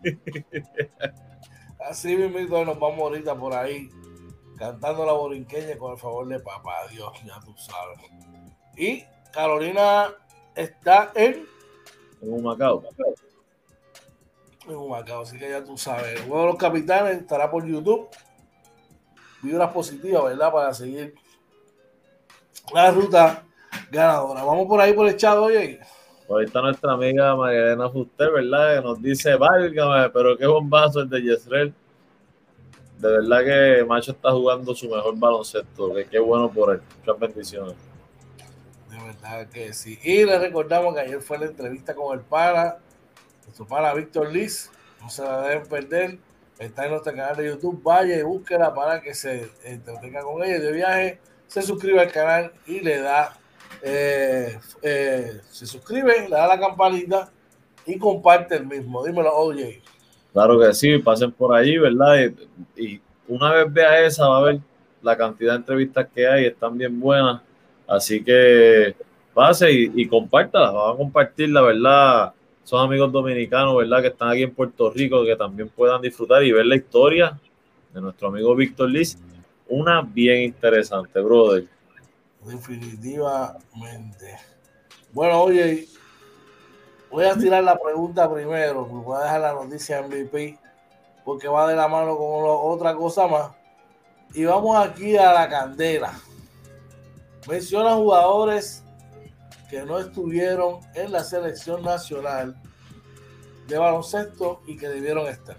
Así mismo nos vamos ahorita por ahí cantando la borinqueña con el favor de papá Dios, ya tú sabes. Y Carolina está en en Humacao. En Humacao, así que ya tú sabes. El juego de los capitanes estará por YouTube. Vibras positivas, ¿verdad? Para seguir la ruta ganadora. Vamos por ahí por el chat, oye. Por ahí está nuestra amiga Magdalena Fuster, ¿verdad? Que nos dice, válgame, pero qué bombazo el de Yesrel. De verdad que Macho está jugando su mejor baloncesto. Que qué bueno por él. Muchas bendiciones. De verdad que sí. Y le recordamos que ayer fue la entrevista con el pana, nuestro pana Víctor Liz. No se la deben perder. Está en nuestro canal de YouTube. Vaya y búsquela para que se entretenga con ella de viaje. Se suscribe al canal y le da eh, eh, se suscribe, le da la campanita y comparte el mismo. Dímelo, O J. Claro que sí, pasen por ahí, ¿verdad? Y, y una vez vea esa, va a ver la cantidad de entrevistas que hay, están bien buenas. Así que pase y, y compártala, vamos a compartir, la verdad. Son amigos dominicanos, ¿verdad? Que están aquí en Puerto Rico, que también puedan disfrutar y ver la historia de nuestro amigo Víctor Liz. Una bien interesante, brother. Definitivamente. Bueno, oye, voy a tirar la pregunta primero, voy a dejar la noticia M V P, porque va de la mano con otra cosa más. Y vamos aquí a la candela. Menciona jugadores que no estuvieron en la selección nacional de baloncesto y que debieron estar.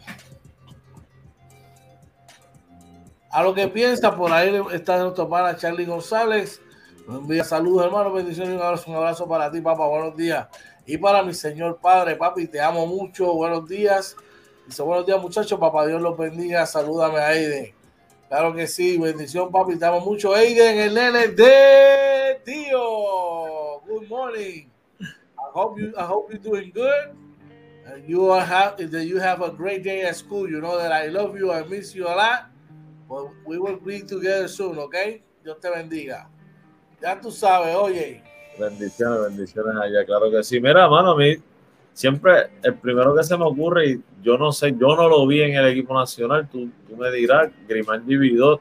A lo que piensa, por ahí está nuestro pana Charlie González. Nos envía saludos, hermano, bendiciones y un abrazo, un abrazo para ti, papá. Buenos días. Y para mi señor padre, papi, te amo mucho. Buenos días. Dice, buenos días, muchachos. Papá, Dios los bendiga. Salúdame a Aiden. Claro que sí. Bendición, papi. Te amo mucho. Aiden, el nene de tío. Good morning. I hope you, I hope you're doing good. And you are happy that you have a great day at school. You know that I love you. I miss you a lot. But we will be together soon, ¿ok? Dios te bendiga. Ya tú sabes, oye. Bendiciones, bendiciones allá, claro que sí. Mira, mano, a mí siempre el primero que se me ocurre, y yo no sé, yo no lo vi en el equipo nacional, tú, tú me dirás, Grimaldi Vidot.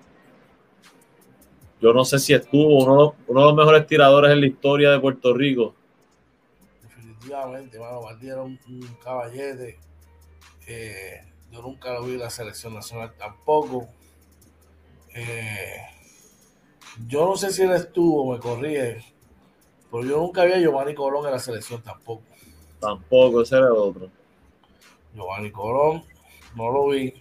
Yo no sé si estuvo uno de, los, uno de los mejores tiradores en la historia de Puerto Rico. Definitivamente, mano, Valdí era un, un caballete. Eh, yo nunca lo vi en la selección nacional tampoco. Eh, yo no sé si él estuvo, me corrige, pero yo nunca vi a Giovanni Colón en la selección tampoco. Tampoco, ese era el otro. Giovanni Colón, no lo vi.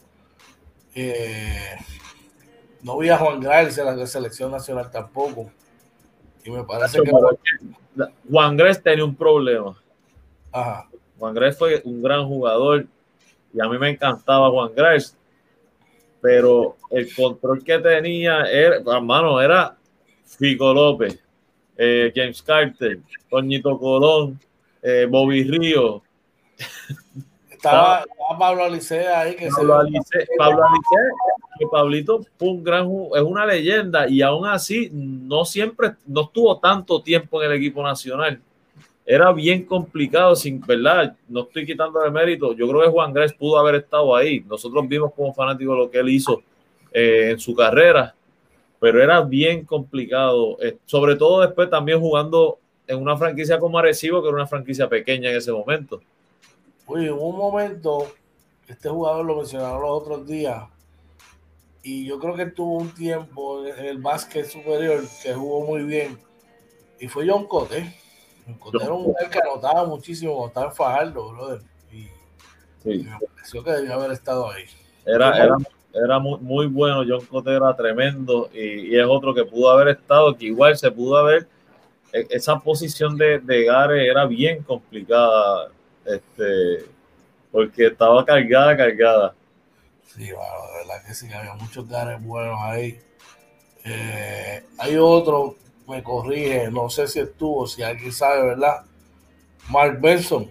Eh, no vi a Juan Griles en la selección nacional tampoco. Y me parece Nacho, que... Fue... Juan Griles tenía un problema. Ajá. Juan Griles fue un gran jugador y a mí me encantaba Juan Griles, pero el control que tenía, era, hermano, era Fico López, eh, James Carter, Toñito Colón, eh, Bobby Río. Estaba, estaba Pablo Alicea ahí. Que Pablo, se... Alice, Pablo Alicea, que Pablito fue un gran, es una leyenda y aún así no siempre, no estuvo tanto tiempo en el equipo nacional. Era bien complicado, sin verdad, no estoy quitando de mérito. Yo creo que Juan Griles pudo haber estado ahí. Nosotros vimos como fanáticos lo que él hizo eh, en su carrera, pero era bien complicado, eh, sobre todo después también jugando en una franquicia como Arecibo, que era una franquicia pequeña en ese momento. Oye, en un momento, este jugador lo mencionaron los otros días, y yo creo que tuvo un tiempo en el básquet superior que jugó muy bien, y fue John Cote. John Cote era un jugador que anotaba muchísimo cuando estaba en Fajardo, brother, y, sí. y me pareció que debía haber estado ahí. Era, era, era muy, muy bueno, John Cote era tremendo, y, y es otro que pudo haber estado, que igual se pudo haber, esa posición de, de Gare era bien complicada, este, porque estaba cargada, cargada. Sí, bueno, de verdad que sí, había muchos Gares buenos ahí. Eh, hay otro, me corrige, no sé si estuvo, si alguien sabe, ¿verdad? Mark Benson.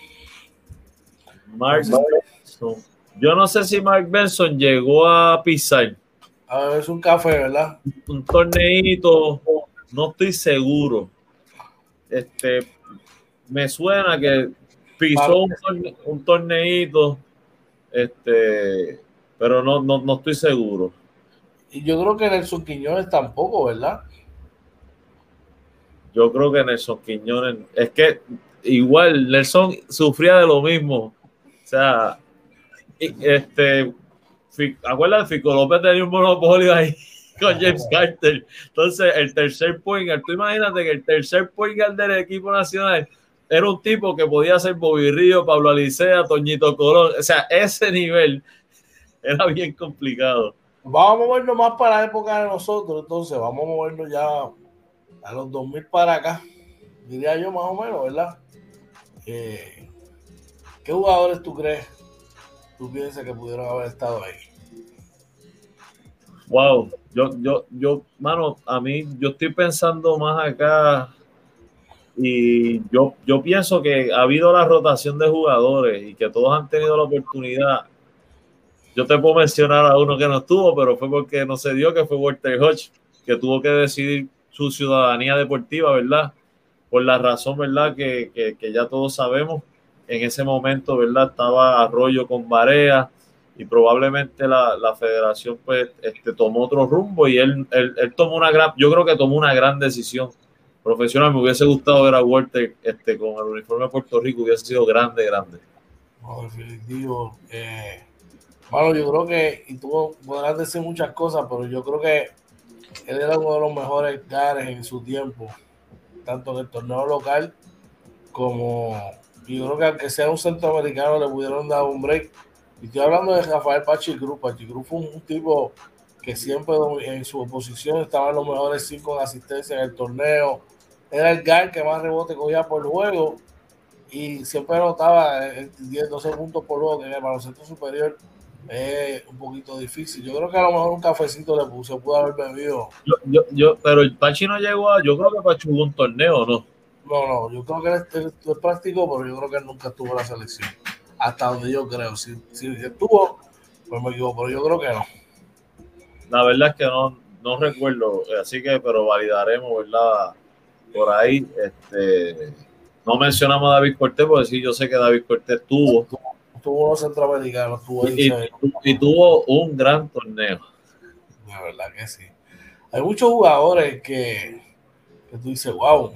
Mark no sé. Benson. Yo no sé si Mark Benson llegó a pisar. A ver, es un café, ¿verdad? Un torneito, no estoy seguro. Este, me suena que pisó un, torne, un torneito, este, pero no, no, no estoy seguro. Y yo creo que Nelson Quiñones tampoco, ¿verdad? Yo creo que Nelson Quiñones, es que igual Nelson sufría de lo mismo. O sea, este, acuérdate, Fico López tenía un monopolio ahí con James Carter. Entonces, el tercer point guard, tú imagínate que el tercer point guard del equipo nacional era un tipo que podía ser Bobby Río, Pablo Alicea, Toñito Colón. O sea, ese nivel era bien complicado. Vamos a movernos más para la época de nosotros, entonces vamos a movernos ya a los dos mil para acá, diría yo más o menos, ¿verdad? Eh, ¿Qué jugadores tú crees, tú piensas que pudieron haber estado ahí? Wow, yo, yo, yo, mano, a mí, yo estoy pensando más acá y yo, yo pienso que ha habido la rotación de jugadores y que todos han tenido la oportunidad. Yo te puedo mencionar a uno que no estuvo, pero fue porque no se dio, que fue Walter Hodge, que tuvo que decidir su ciudadanía deportiva, ¿verdad? Por la razón, ¿verdad? Que, que, que ya todos sabemos. En ese momento, ¿verdad? Estaba Arroyo con Barea y probablemente la, la federación pues este, tomó otro rumbo y él, él, él tomó una gran, yo creo que tomó una gran decisión profesional. Me hubiese gustado ver a Walter este, con el uniforme de Puerto Rico, hubiese sido grande, grande. No, definitivo. Eh, bueno, yo creo que, y tú podrás decir muchas cosas, pero yo creo que él era uno de los mejores gares en su tiempo, tanto en el torneo local como, y yo creo que aunque sea un centroamericano le pudieron dar un break. Y estoy hablando de Rafael Pachi Cruz. Pachi Cruz fue un, un tipo que siempre en su oposición estaba en los mejores cinco en asistencia en el torneo. Era el gar que más rebote cogía por juego y siempre anotaba diez, doce puntos por juego, que en el baloncesto superior es un poquito difícil. Yo creo que a lo mejor un cafecito le puse, pudo haber bebido. Yo, yo, yo, pero el Pachi no llegó a, yo creo que Pachi jugó un torneo, ¿no? No, no, yo creo que él es, es práctico, pero yo creo que él nunca estuvo en la selección. Hasta donde yo creo. Si, si estuvo, pues me equivoco, pero yo creo que no. La verdad es que no, no recuerdo, así que, pero validaremos, ¿verdad? Por ahí, este, no mencionamos a David Cortés, porque sí, yo sé que David Cortés tuvo. Tuvo unos centroamericanos, tuvo y, y, y tuvo un gran torneo. De verdad que sí. Hay muchos jugadores que, que tú dices, wow,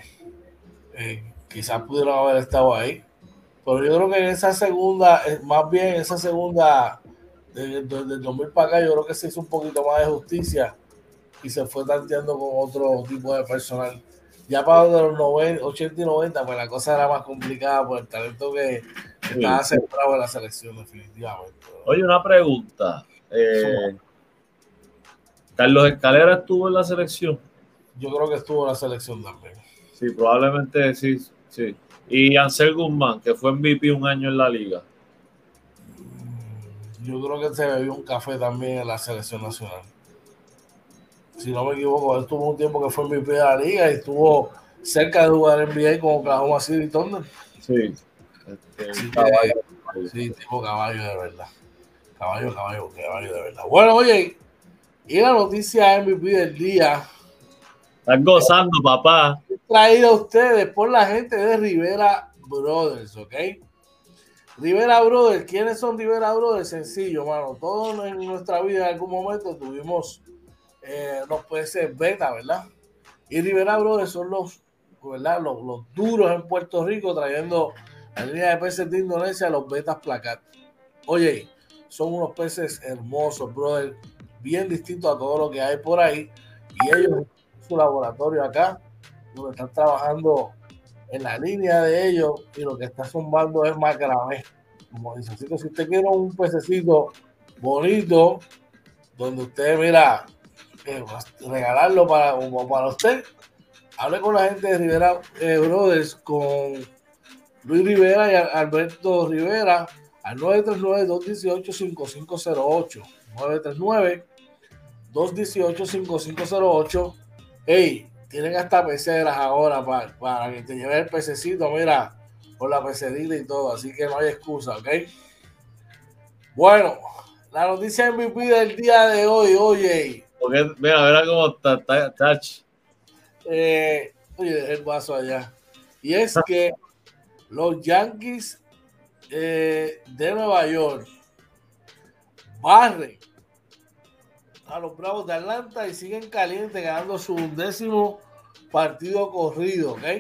eh, quizás pudieron haber estado ahí. Pero yo creo que en esa segunda, más bien esa segunda, desde el dos mil para acá, yo creo que se hizo un poquito más de justicia y se fue tanteando con otro tipo de personal. Ya para los noventa, ochenta y noventa, pues la cosa era más complicada por el talento que Sí. estaba centrado en la selección, definitivamente. Oye, una pregunta. Eh, ¿Carlos Escalera estuvo en la selección? Yo creo que estuvo en la selección también. Sí, probablemente sí, sí. Y Ansel Guzmán, que fue M V P un año en la liga. Yo creo que se bebió un café también en la selección nacional. Si no me equivoco, él tuvo un tiempo que fue M V P de la liga y estuvo cerca de jugar N B A con Oklahoma City Thunder. Sí. Este, sí, caballo. Que, sí, tipo caballo de verdad. Caballo, caballo, caballo de verdad. Bueno, oye, y la noticia M V P del día. Estás gozando, papá. Traída a ustedes por la gente de Rivera Brothers, ¿ok? Rivera Brothers, ¿quiénes son Rivera Brothers? Sencillo, mano. Todos en nuestra vida en algún momento tuvimos eh, los peces beta, ¿verdad? Y Rivera Brothers son los, ¿verdad? Los, los duros en Puerto Rico trayendo la línea de peces de Indonesia los betas placat. Oye, son unos peces hermosos, brother, bien distintos a todo lo que hay por ahí. Y ellos, su laboratorio acá, donde están trabajando en la línea de ellos y lo que está zumbando es más grave. Como dice, así que si usted quiere un pececito bonito, donde usted, mira, eh, regalarlo para, para usted, hable con la gente de Rivera eh, Brothers, con Luis Rivera y Alberto Rivera, al nueve tres nueve, dos uno ocho, cinco cinco cero ocho. nueve tres nueve, dos uno ocho, cinco cinco cero ocho. Hey, tienen hasta peceras ahora para, para que te lleve el pececito, mira, con la pecerita y todo, así que no hay excusa, ¿ok? Bueno, la noticia M V P del día de hoy, oye. Porque, mira, mira cómo está, está, está. Eh, oye, el vaso allá. Y es que los Yankees eh, de Nueva York barren a los Bravos de Atlanta y siguen calientes ganando su undécimo partido corrido, ¿ok?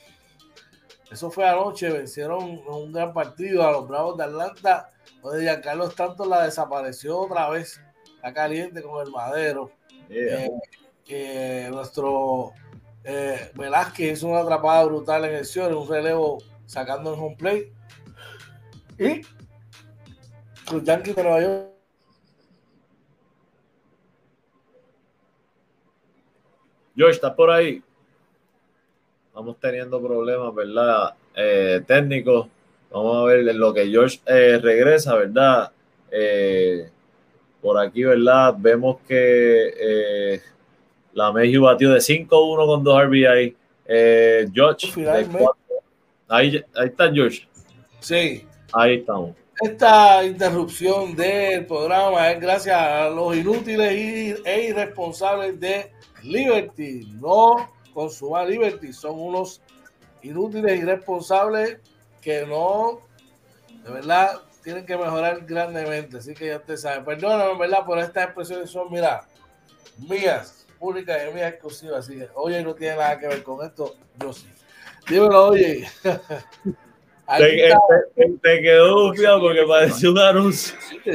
Eso fue anoche, vencieron un gran partido a los Bravos de Atlanta, donde Giancarlo Stanton la desapareció otra vez, está caliente con el madero. Yeah. Eh, eh, nuestro eh, Velázquez hizo una atrapada brutal en el short, un relevo sacando el home plate. Y los Yankees de Nueva York. George, ¿estás por ahí? Estamos teniendo problemas, ¿verdad? Eh, técnicos. Vamos a ver lo que George eh, regresa, ¿verdad? Eh, por aquí, ¿verdad? Vemos que eh, la Mayhew batió de cinco uno con dos R B I. Eh, George, Finalmente. de cuatro. Ahí, ahí está George. Sí. Ahí estamos. Esta interrupción del programa es gracias a los inútiles e irresponsables de Liberty. No consuma Liberty, son unos inútiles e irresponsables que no, de verdad, tienen que mejorar grandemente. Así que ya usted sabe. Perdóname, ¿verdad? Pero estas expresiones son, mira, mías, públicas y mías exclusivas. Así que, oye, no tiene nada que ver con esto. Yo sí. Dímelo, oye. Te, te, te, te quedó bufiado porque pareció un anuncio.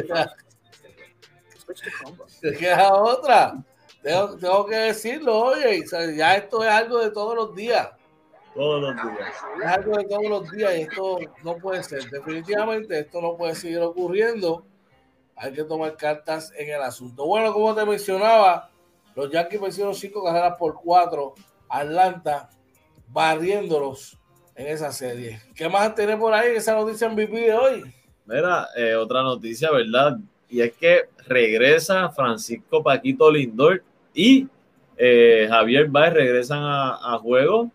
¿Te queda otra? Tengo, tengo que decirlo, oye, ya esto es algo de todos los días. Todos los días. Es algo de todos los días y esto no puede ser. Definitivamente esto no puede seguir ocurriendo. Hay que tomar cartas en el asunto. Bueno, como te mencionaba, los Yankees vencieron cinco carreras por cuatro. Atlanta barriéndolos en esa serie. ¿Qué más tenés por ahí en esa noticia M V P de hoy? Mira, eh, otra noticia, ¿verdad? Y es que regresa Francisco Paquito Lindor y eh, Javier Baez regresan a, a juego.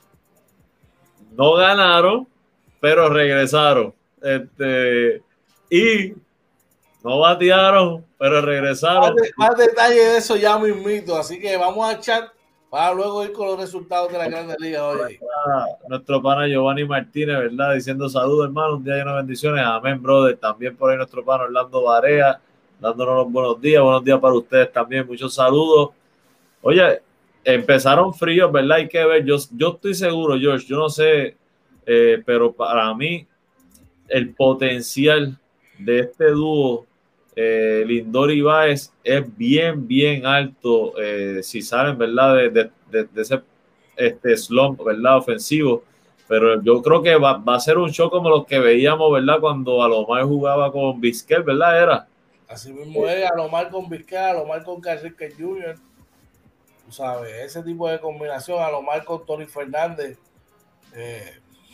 No ganaron, pero regresaron. Este, y no batearon, pero regresaron. Más, más detalle de eso ya mismito. Así que vamos a echar para luego ir con los resultados de la Grandes Ligas hoy. Nuestro pana Giovanni Martínez, ¿verdad? Diciendo saludos, hermano, un día lleno de bendiciones. Amén, brother. También por ahí nuestro pana Orlando Barea, dándonos los buenos días. Buenos días para ustedes también. Muchos saludos. Oye, empezaron fríos, ¿verdad? Hay que ver. Yo, yo estoy seguro, George, yo no sé, eh, pero para mí el potencial de este dúo eh, Lindor y Baez es bien, bien alto. Eh, si salen, ¿verdad? De, de, de, de ese este slump, ¿verdad? Ofensivo. Pero yo creo que va, va a ser un show como los que veíamos, ¿verdad? Cuando Alomar jugaba con Vizquel, ¿verdad? Era. Así mismo es, Alomar con Vizquel, Alomar con Carrique junior Tú sabes, ese tipo de combinación, Alomar con Tony Fernández, eh,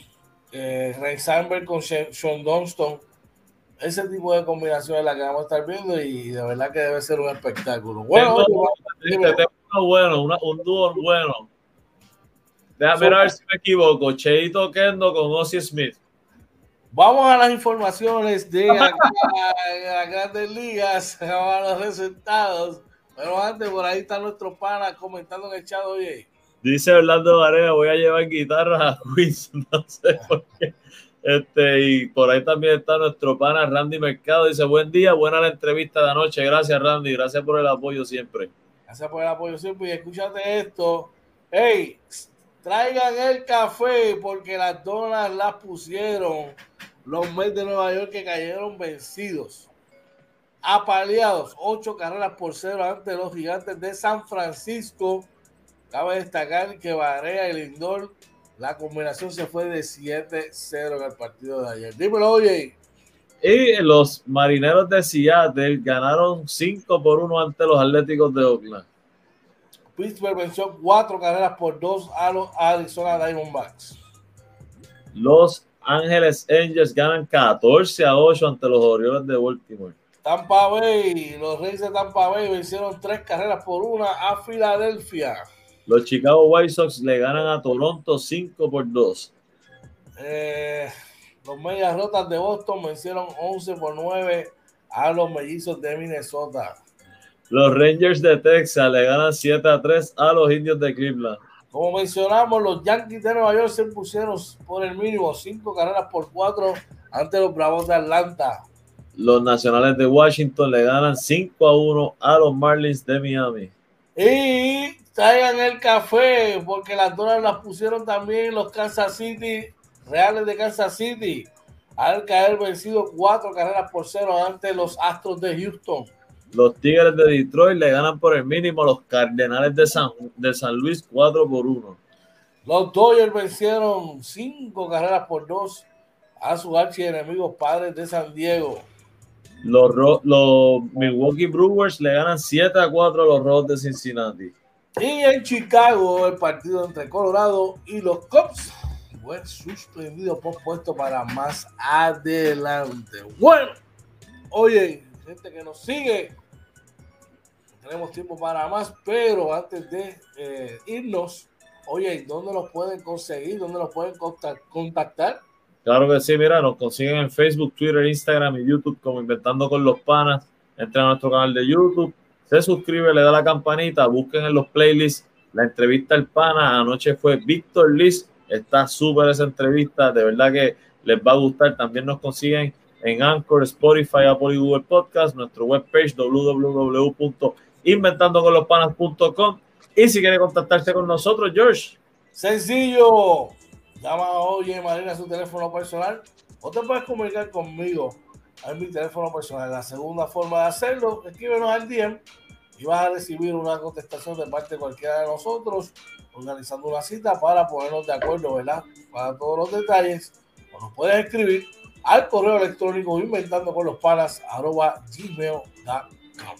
eh, Ray Sandberg con Sean Dunston. Ese tipo de combinación es la que vamos a estar viendo y de verdad que debe ser un espectáculo. Bueno, tengo, oye, tengo, tengo uno bueno, una, un dúo bueno. Déjame so, ver si me equivoco. Cheito Kendo con Ozzie Smith. Vamos a las informaciones de acá, las Grandes Ligas, vamos a los resultados. Pero antes, por ahí está nuestro pana comentando en el chat, oye. Dice Orlando Barea, voy a llevar guitarras a Queens, no sé por qué. Este, y por ahí también está nuestro pana Randy Mercado. Dice, buen día, buena la entrevista de anoche. Gracias, Randy. Gracias por el apoyo siempre. Gracias por el apoyo siempre. Y escúchate esto. Hey, traigan el café porque las donas las pusieron los Mets de Nueva York que cayeron vencidos. Apaleados. Ocho carreras por cero ante los Gigantes de San Francisco. Cabe destacar que Barea y Lindor, la combinación se fue de siete cero en el partido de ayer. Dímelo, oye. Y los Marineros de Seattle ganaron cinco por uno ante los Atléticos de Oakland. Pittsburgh venció cuatro carreras por dos a los Arizona Diamondbacks. Los Ángeles Angels ganan catorce a ocho ante los Orioles de Baltimore. Tampa Bay, los Reyes de Tampa Bay vencieron tres carreras por una a Filadelfia. Los Chicago White Sox le ganan a Toronto cinco por dos. Eh, los Medias Rotas de Boston vencieron once por nueve a los Mellizos de Minnesota. Los Rangers de Texas le ganan siete a tres a los Indios de Cleveland. Como mencionamos, los Yankees de Nueva York se pusieron por el mínimo cinco carreras por cuatro ante los Bravos de Atlanta. Los Nacionales de Washington le ganan cinco a uno a los Marlins de Miami. Y traigan el café porque las donas las pusieron también los Kansas City, Reales de Kansas City, al caer vencido cuatro carreras por cero ante los Astros de Houston. Los Tigres de Detroit le ganan por el mínimo a los Cardenales de San, de San Luis cuatro por uno. Los Dodgers vencieron cinco carreras por dos a sus archienemigos Padres de San Diego. Los, los Milwaukee Brewers le ganan siete a cuatro a los Rojos de Cincinnati. Y en Chicago, el partido entre Colorado y los Cubs fue suspendido, pospuesto para más adelante. Bueno, oye, gente que nos sigue, tenemos tiempo para más, pero antes de eh, irnos, oye, ¿dónde los pueden conseguir? ¿Dónde los pueden contactar? Claro que sí, mira, nos consiguen en Facebook, Twitter, Instagram y YouTube como Inventando con los Panas. Entren a nuestro canal de YouTube, se suscribe, le da la campanita, busquen en los playlists la entrevista al pana. Anoche fue Víctor Liz, está súper esa entrevista, de verdad que les va a gustar. También nos consiguen en Anchor, Spotify, Apple y Google Podcast, nuestro webpage w w w punto inventando con los panas punto com. Y si quiere contactarse con nosotros, George. Sencillo, llama a Oye Marina a su teléfono personal o te puedes comunicar conmigo a mi teléfono personal. La segunda forma de hacerlo, escríbenos al D M y vas a recibir una contestación de parte de cualquiera de nosotros organizando una cita para ponernos de acuerdo, ¿verdad? Para todos los detalles, o nos puedes escribir al correo electrónico inventando con los panas arroba gmail punto com.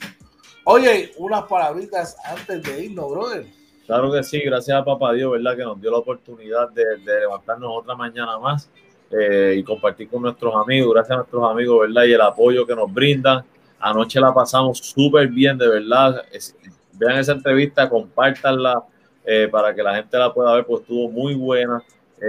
Oye, unas palabritas antes de irnos, brother. Claro que sí, gracias a Papá Dios, ¿verdad? Que nos dio la oportunidad de, de levantarnos otra mañana más eh, y compartir con nuestros amigos, gracias a nuestros amigos, ¿verdad? Y el apoyo que nos brindan. Anoche la pasamos súper bien, de verdad. Es, vean esa entrevista, compártanla eh, para que la gente la pueda ver, pues estuvo muy buena.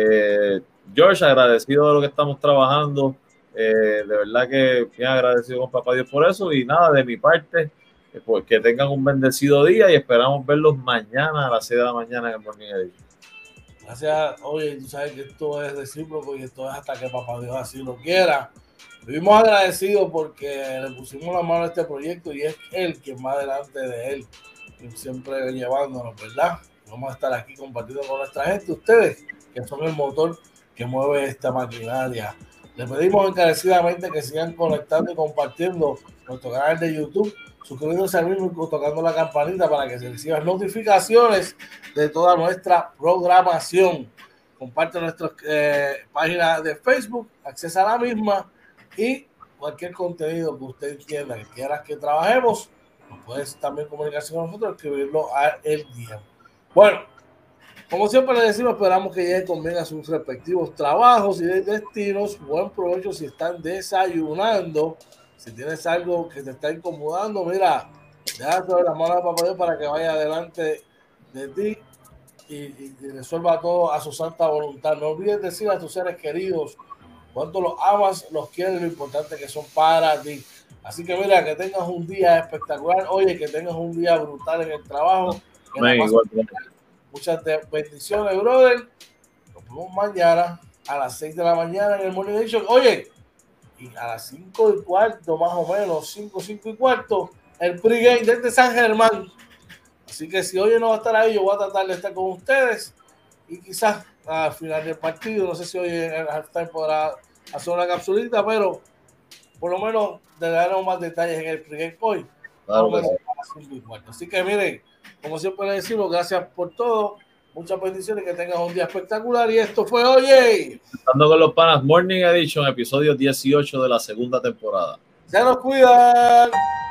Eh, George, agradecido de lo que estamos trabajando. Eh, de verdad que bien agradecido con Papá Dios por eso. Y nada, de mi parte, pues que tengan un bendecido día y esperamos verlos mañana a las seis de la mañana en el Morning Edition. Gracias. Oye, tú sabes que esto es recíproco y esto es hasta que Papá Dios así lo quiera. Vivimos agradecidos porque le pusimos la mano a este proyecto y es él quien va delante de él, siempre llevándonos, ¿verdad? Vamos a estar aquí compartiendo con nuestra gente, ustedes, que son el motor que mueve esta maquinaria. Les pedimos encarecidamente que sigan conectando y compartiendo nuestro canal de YouTube, suscribiéndose al mismo y tocando la campanita para que se reciban notificaciones de toda nuestra programación. Comparte nuestra eh, página de Facebook, accesa a la misma y cualquier contenido que usted entienda que quieras que trabajemos, nos puedes también comunicarse con nosotros, escribirlo a el día. Bueno, como siempre les decimos, esperamos que lleguen con bien a sus respectivos trabajos y destinos. Buen provecho si están desayunando. Si tienes algo que te está incomodando, mira, déjate de las manos de Papá Dios para que vaya adelante de ti y, y, y resuelva todo a su santa voluntad. No olvides decir a tus seres queridos cuánto los amas, los quieres, lo importante que son para ti. Así que mira, que tengas un día espectacular. Oye, que tengas un día brutal en el trabajo. Man, igual, muchas bendiciones, brother. Nos vemos mañana a las seis de la mañana en el Morning Edition. Oye, y a las cinco y cuarto, más o menos, cinco, cinco y cuarto, el pregame desde San Germán. Así que si hoy no va a estar ahí, yo voy a tratar de estar con ustedes. Y quizás al final del partido, no sé si hoy en el halftime podrá hacer una capsulita, pero por lo menos le daremos más detalles en el pregame hoy. Claro, a las cinco y cuarto. Así que miren, como siempre les decimos, gracias por todo. Muchas bendiciones, que tengas un día espectacular. Y esto fue Oye, Inventando con los Panas Morning Edition, episodio dieciocho de la segunda temporada. Se nos cuidan.